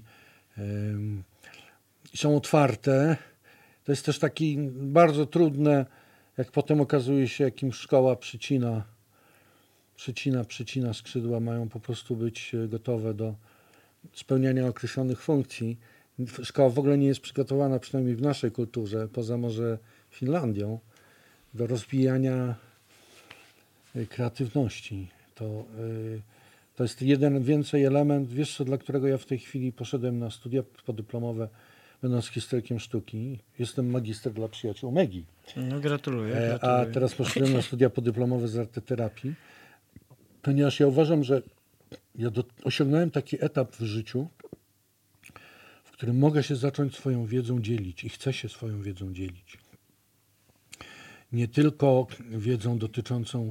są otwarte. To jest też taki bardzo trudne, jak potem okazuje się, jakim szkoła przycina skrzydła, mają po prostu być gotowe do spełniania określonych funkcji. Szkoła w ogóle nie jest przygotowana, przynajmniej w naszej kulturze, poza może Finlandią, do rozwijania kreatywności. To jest jeden więcej element, wiesz co, dla którego ja w tej chwili poszedłem na studia podyplomowe, będąc historykiem sztuki. Jestem magister dla przyjaciół Megi. No, gratuluję. A teraz poszedłem na studia podyplomowe z arteterapii, ponieważ ja uważam, że ja osiągnąłem taki etap w życiu, w którym mogę się zacząć swoją wiedzą dzielić i chcę się swoją wiedzą dzielić. Nie tylko wiedzą dotyczącą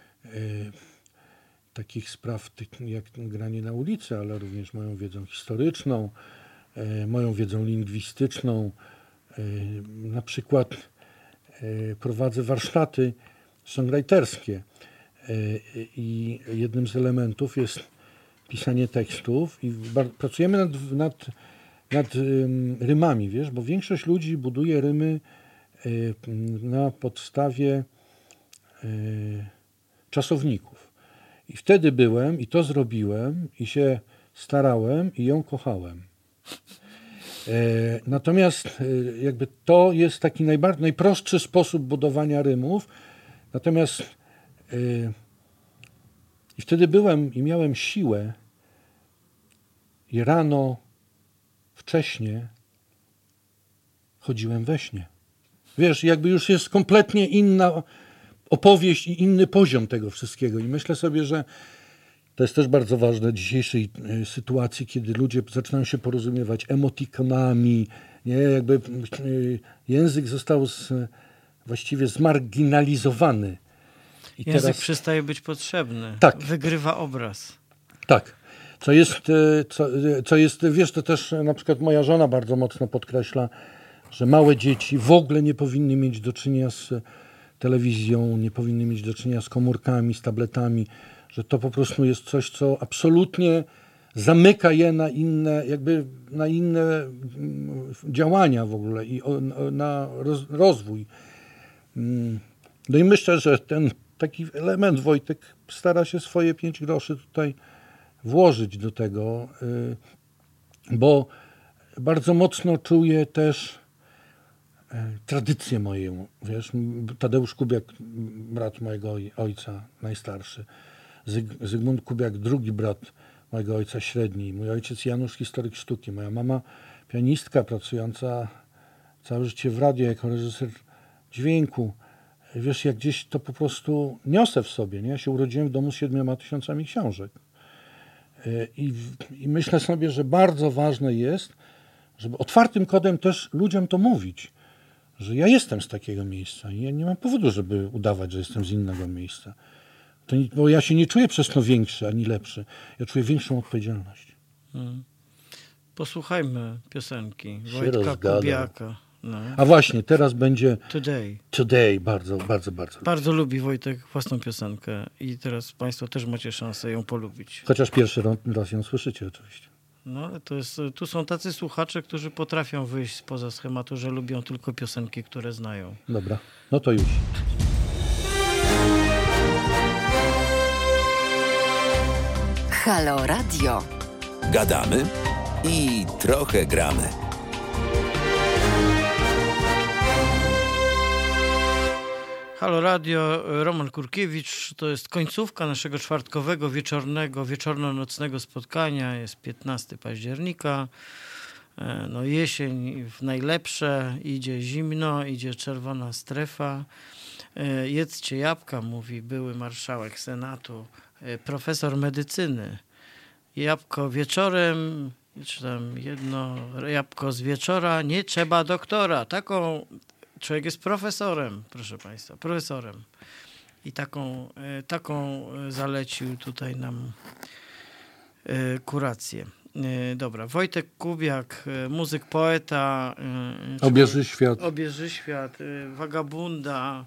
takich spraw jak granie na ulicy, ale również moją wiedzą historyczną, moją wiedzą lingwistyczną. Na przykład prowadzę warsztaty songwriterskie i jednym z elementów jest pisanie tekstów i pracujemy nad rymami, wiesz, bo większość ludzi buduje rymy na podstawie czasowników. I wtedy byłem i to zrobiłem i się starałem i ją kochałem. Natomiast jakby to jest taki najprostszy sposób budowania rymów. Natomiast i wtedy byłem i miałem siłę i rano wcześnie chodziłem we śnie. Wiesz, jakby już jest kompletnie inna opowieść i inny poziom tego wszystkiego. I myślę sobie, że to jest też bardzo ważne w dzisiejszej sytuacji, kiedy ludzie zaczynają się porozumiewać emotikonami, nie? Jakby język został właściwie zmarginalizowany. Język teraz przestaje być potrzebny. Tak. Wygrywa obraz. tak. Co jest, wiesz, to też na przykład moja żona bardzo mocno podkreśla, że małe dzieci w ogóle nie powinny mieć do czynienia z telewizją, nie powinny mieć do czynienia z komórkami, z tabletami, że to po prostu jest coś, co absolutnie zamyka je na inne działania w ogóle i na rozwój. No i myślę, że ten taki element Wojtek stara się swoje 5 groszy tutaj włożyć do tego, bo bardzo mocno czuję też tradycję moją, wiesz, Tadeusz Kubiak, brat mojego ojca, najstarszy, Zygmunt Kubiak, drugi brat mojego ojca, średni, mój ojciec Janusz, historyk sztuki, moja mama pianistka, pracująca całe życie w radiu jako reżyser dźwięku. Wiesz, jak gdzieś to po prostu niosę w sobie, nie? Ja się urodziłem w domu z 7 000 książek. I myślę sobie, że bardzo ważne jest, żeby otwartym kodem też ludziom to mówić, że ja jestem z takiego miejsca i ja nie mam powodu, żeby udawać, że jestem z innego miejsca. Bo ja się nie czuję przez to większy ani lepszy. Ja czuję większą odpowiedzialność. Posłuchajmy piosenki Wojtka Kubiaka. No. A właśnie, teraz będzie Today. Bardzo, bardzo, bardzo. Bardzo lubi Wojtek własną piosenkę i teraz państwo też macie szansę ją polubić. Chociaż pierwszy raz ją słyszycie oczywiście. No ale tu są tacy słuchacze, którzy potrafią wyjść spoza schematu, że lubią tylko piosenki, które znają. Dobra, no to już. Halo Radio. Gadamy i trochę gramy. Halo Radio, Roman Kurkiewicz. To jest końcówka naszego czwartkowego, wieczorno-nocnego spotkania. Jest 15 października. No jesień w najlepsze, idzie zimno, idzie czerwona strefa. Jedzcie jabłka, mówi były marszałek Senatu, profesor medycyny. Jabłko wieczorem, czy tam jedno jabłko z wieczora, nie trzeba doktora. Człowiek jest profesorem, proszę państwa, profesorem. I taką zalecił tutaj nam kurację. Dobra, Wojtek Kubiak, muzyk, poeta. Obieży świat, Wagabunda.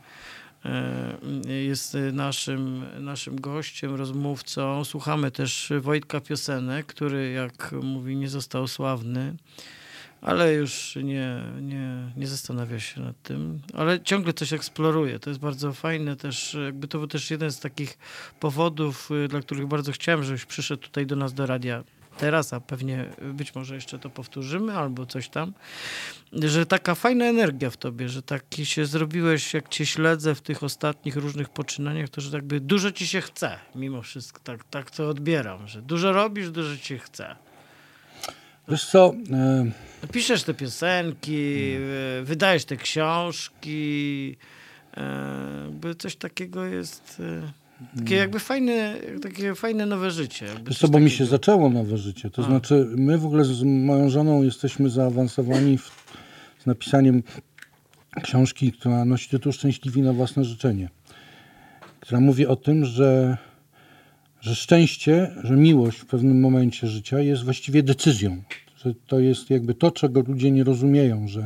Jest naszym gościem, rozmówcą. Słuchamy też Wojtka piosenek, który, jak mówi, nie został sławny, ale już nie zastanawia się nad tym, ale ciągle coś eksploruje. To jest bardzo fajne też, jakby to był też jeden z takich powodów, dla których bardzo chciałem, żebyś przyszedł tutaj do nas do radia teraz, a pewnie być może jeszcze to powtórzymy albo coś tam, że taka fajna energia w tobie, że taki się zrobiłeś, jak cię śledzę w tych ostatnich różnych poczynaniach, to że jakby dużo ci się chce mimo wszystko, tak to odbieram, że dużo robisz, dużo ci się chce. Wiesz co? Piszesz te piosenki, wydajesz te książki, jakby coś takiego jest, takie jakby takie fajne nowe życie. Wiesz co, bo mi się zaczęło nowe życie. To znaczy, my w ogóle z moją żoną jesteśmy zaawansowani z napisaniem książki, która nosi tytuł Szczęśliwi na własne życzenie. Która mówi o tym, że szczęście, że miłość w pewnym momencie życia jest właściwie decyzją. Że to jest jakby to, czego ludzie nie rozumieją, że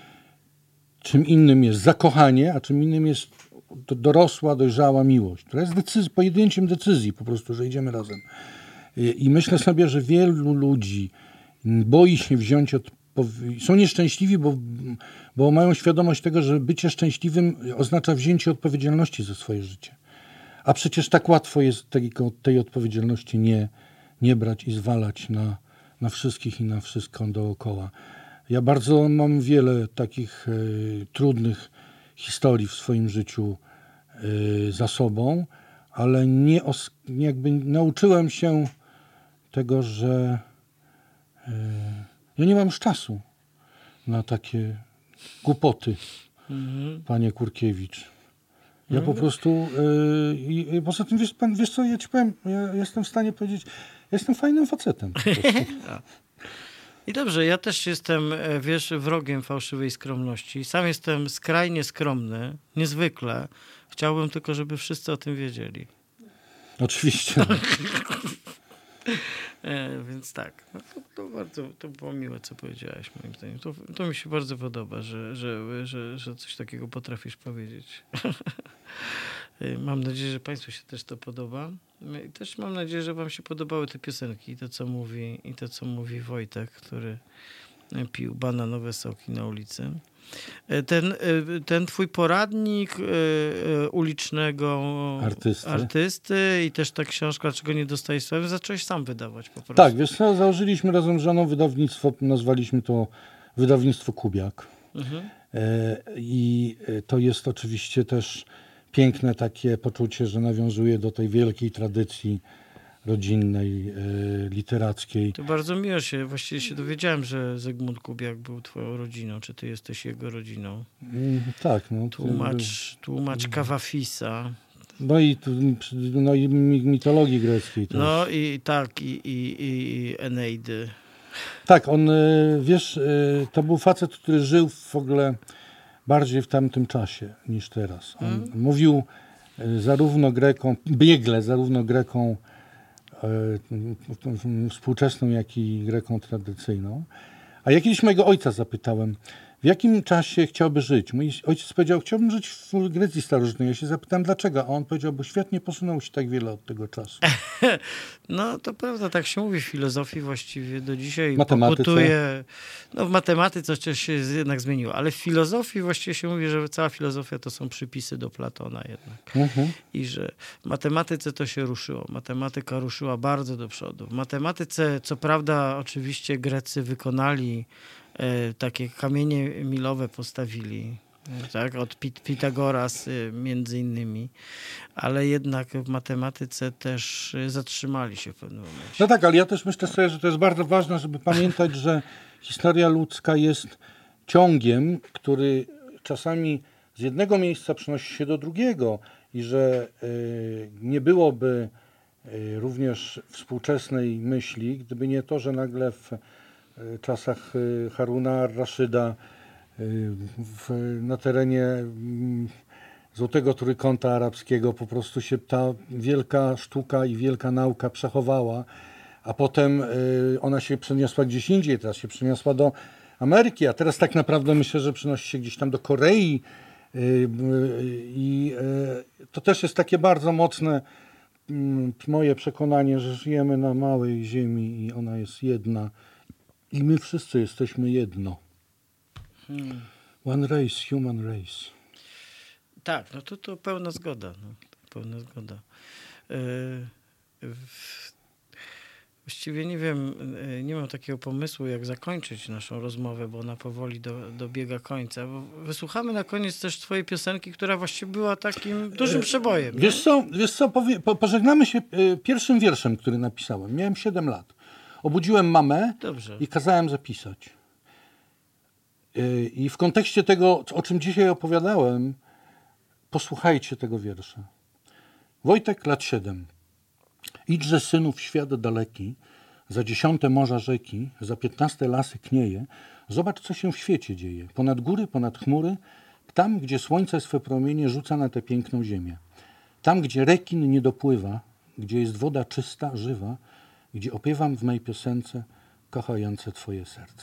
czym innym jest zakochanie, a czym innym jest dorosła, dojrzała miłość, która jest pojedynczym decyzji po prostu, że idziemy razem. I myślę sobie, że wielu ludzi boi się wziąć są nieszczęśliwi, bo mają świadomość tego, że bycie szczęśliwym oznacza wzięcie odpowiedzialności za swoje życie. A przecież tak łatwo jest tej odpowiedzialności nie brać i zwalać na wszystkich i na wszystko dookoła. Ja bardzo mam wiele takich trudnych historii w swoim życiu za sobą, ale jakby nauczyłem się tego, że ja nie mam już czasu na takie głupoty, panie Kurkiewicz. Ja po prostu i poza tym, wiesz co, ja ci powiem, ja jestem w stanie powiedzieć, ja jestem fajnym facetem. I dobrze, ja też jestem, wiesz, wrogiem fałszywej skromności. Sam jestem skrajnie skromny, niezwykle, Chciałbym tylko, żeby wszyscy o tym wiedzieli. Oczywiście. Więc tak, to bardzo, to było miłe, co powiedziałeś moim zdaniem. To mi się bardzo podoba, że coś takiego potrafisz powiedzieć. Mam nadzieję, że Państwu się też to podoba. I też mam nadzieję, że Wam się podobały te piosenki, to, co mówi Wojtek, który pił bananowe soki na ulicy. Ten twój poradnik ulicznego artysty i też ta książka, Dlaczego nie dostajesz sławy, zacząłeś sam wydawać po prostu. Tak, wiesz co, założyliśmy razem z żoną wydawnictwo, nazwaliśmy to wydawnictwo Kubiak. I to jest oczywiście też piękne takie poczucie, że nawiązuje do tej wielkiej tradycji rodzinnej, literackiej. To bardzo miło właściwie się dowiedziałem, że Zygmunt Kubiak był twoją rodziną, czy ty jesteś jego rodziną. Tak. No, tłumacz Kawafisa. No i mitologii greckiej też. No i tak, i Eneidy. Tak, on, wiesz, to był facet, który żył w ogóle bardziej w tamtym czasie niż teraz. On mówił zarówno Grekom współczesną, jak i Greką tradycyjną. A ja kiedyś mojego ojca zapytałem, w jakim czasie chciałby żyć? Mój ojciec powiedział, chciałbym żyć w Grecji starożytnej. Ja się zapytałem, dlaczego? A on powiedział, bo świat nie posunął się tak wiele od tego czasu. No to prawda, tak się mówi w filozofii właściwie do dzisiaj. Pokutuje. No w matematyce coś się jednak zmieniło, ale w filozofii właściwie się mówi, że cała filozofia to są przypisy do Platona jednak. I że w matematyce to się ruszyło. Matematyka ruszyła bardzo do przodu. W matematyce, co prawda, oczywiście Grecy wykonali takie kamienie milowe, postawili, tak, od Pitagoras między innymi, ale jednak w matematyce też zatrzymali się w pewnym momencie. No tak, ale ja też myślę sobie, że to jest bardzo ważne, żeby pamiętać, że historia ludzka jest ciągiem, który czasami z jednego miejsca przenosi się do drugiego i że nie byłoby również współczesnej myśli, gdyby nie to, że nagle w czasach Haruna ar-Raszyda na terenie Złotego Trójkąta Arabskiego po prostu się ta wielka sztuka i wielka nauka przechowała, a potem ona się przeniosła gdzieś indziej, teraz się przeniosła do Ameryki, a teraz tak naprawdę myślę, że przenosi się gdzieś tam do Korei i to też jest takie bardzo mocne moje przekonanie, że żyjemy na małej ziemi i ona jest jedna. I my wszyscy jesteśmy jedno. One race, human race. Tak, no to pełna zgoda. Pełna zgoda. Właściwie nie wiem, nie mam takiego pomysłu, jak zakończyć naszą rozmowę, bo ona powoli dobiega końca. Bo wysłuchamy na koniec też twojej piosenki, która właściwie była takim dużym przebojem. Wiesz co, pożegnamy się pierwszym wierszem, który napisałem. Miałem 7 lat. Obudziłem mamę i kazałem zapisać. I w kontekście tego, o czym dzisiaj opowiadałem, posłuchajcie tego wiersza. Wojtek, lat 7. Idźże, synu, w świat daleki, za 10 morza rzeki, za 15 lasy knieje. Zobacz, co się w świecie dzieje. Ponad góry, ponad chmury, tam, gdzie słońce swe promienie rzuca na tę piękną ziemię. Tam, gdzie rekin nie dopływa, gdzie jest woda czysta, żywa, gdzie opiewam w mej piosence kochające twoje serce.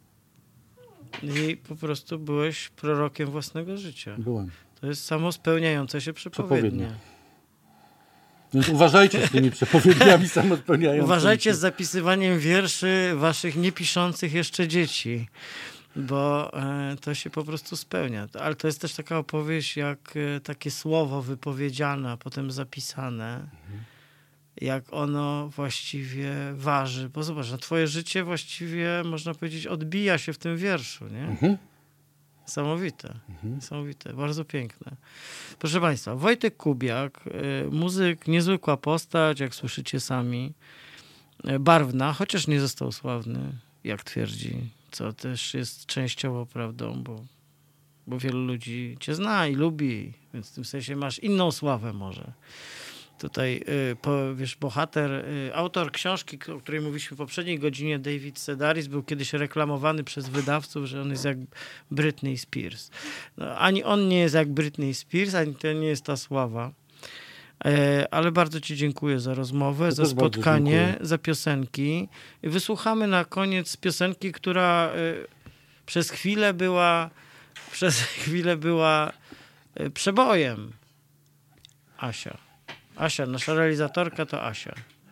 I po prostu byłeś prorokiem własnego życia. Byłem. To jest samospełniające się przepowiednie. Więc uważajcie z tymi przepowiedniami samospełniającymi. Uważajcie z zapisywaniem wierszy waszych niepiszących jeszcze dzieci, bo to się po prostu spełnia. Ale to jest też taka opowieść, jak takie słowo wypowiedziane, a potem zapisane, jak ono właściwie waży. Bo zobacz, no twoje życie właściwie, można powiedzieć, odbija się w tym wierszu, nie? Niesamowite. Niesamowite. Bardzo piękne. Proszę Państwa, Wojtek Kubiak, muzyk, niezwykła postać, jak słyszycie sami. Barwna, chociaż nie został sławny, jak twierdzi, co też jest częściowo prawdą, bo wielu ludzi cię zna i lubi, więc w tym sensie masz inną sławę może. tutaj bohater, autor książki, o której mówiliśmy w poprzedniej godzinie, David Sedaris, był kiedyś reklamowany przez wydawców, że on jest jak Britney Spears. No, ani on nie jest jak Britney Spears, ani to nie jest ta sława. Ale bardzo ci dziękuję za rozmowę, za spotkanie, za piosenki. I wysłuchamy na koniec piosenki, która przez chwilę była przebojem. Asia, nasza realizatorka to Asia.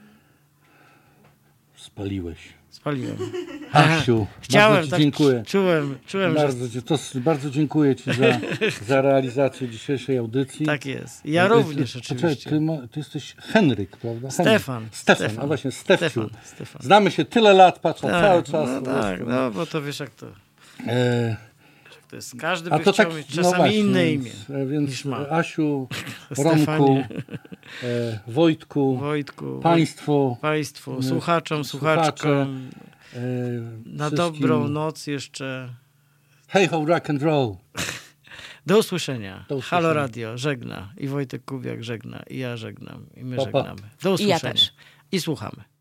Spaliłem. Asiu, bardzo ci dziękuję. Czułem, bardzo dziękuję ci za realizację dzisiejszej audycji. Tak jest. Ja również oczywiście. Ty jesteś Henryk, prawda? Stefan. A właśnie, Stefciu. Znamy się tyle lat, patrzę cały czas. No bo to wiesz jak to... To jest, każdy by chciał mieć czasami właśnie, inne imię. Więc Asiu, Romku, Wojtku, Państwu, słuchaczkom, na dobrą noc jeszcze. Hej ho, rock and roll. Do usłyszenia. Halo Radio żegna i Wojtek Kubiak żegna i ja żegnam i my żegnamy. Do usłyszenia. I słuchamy.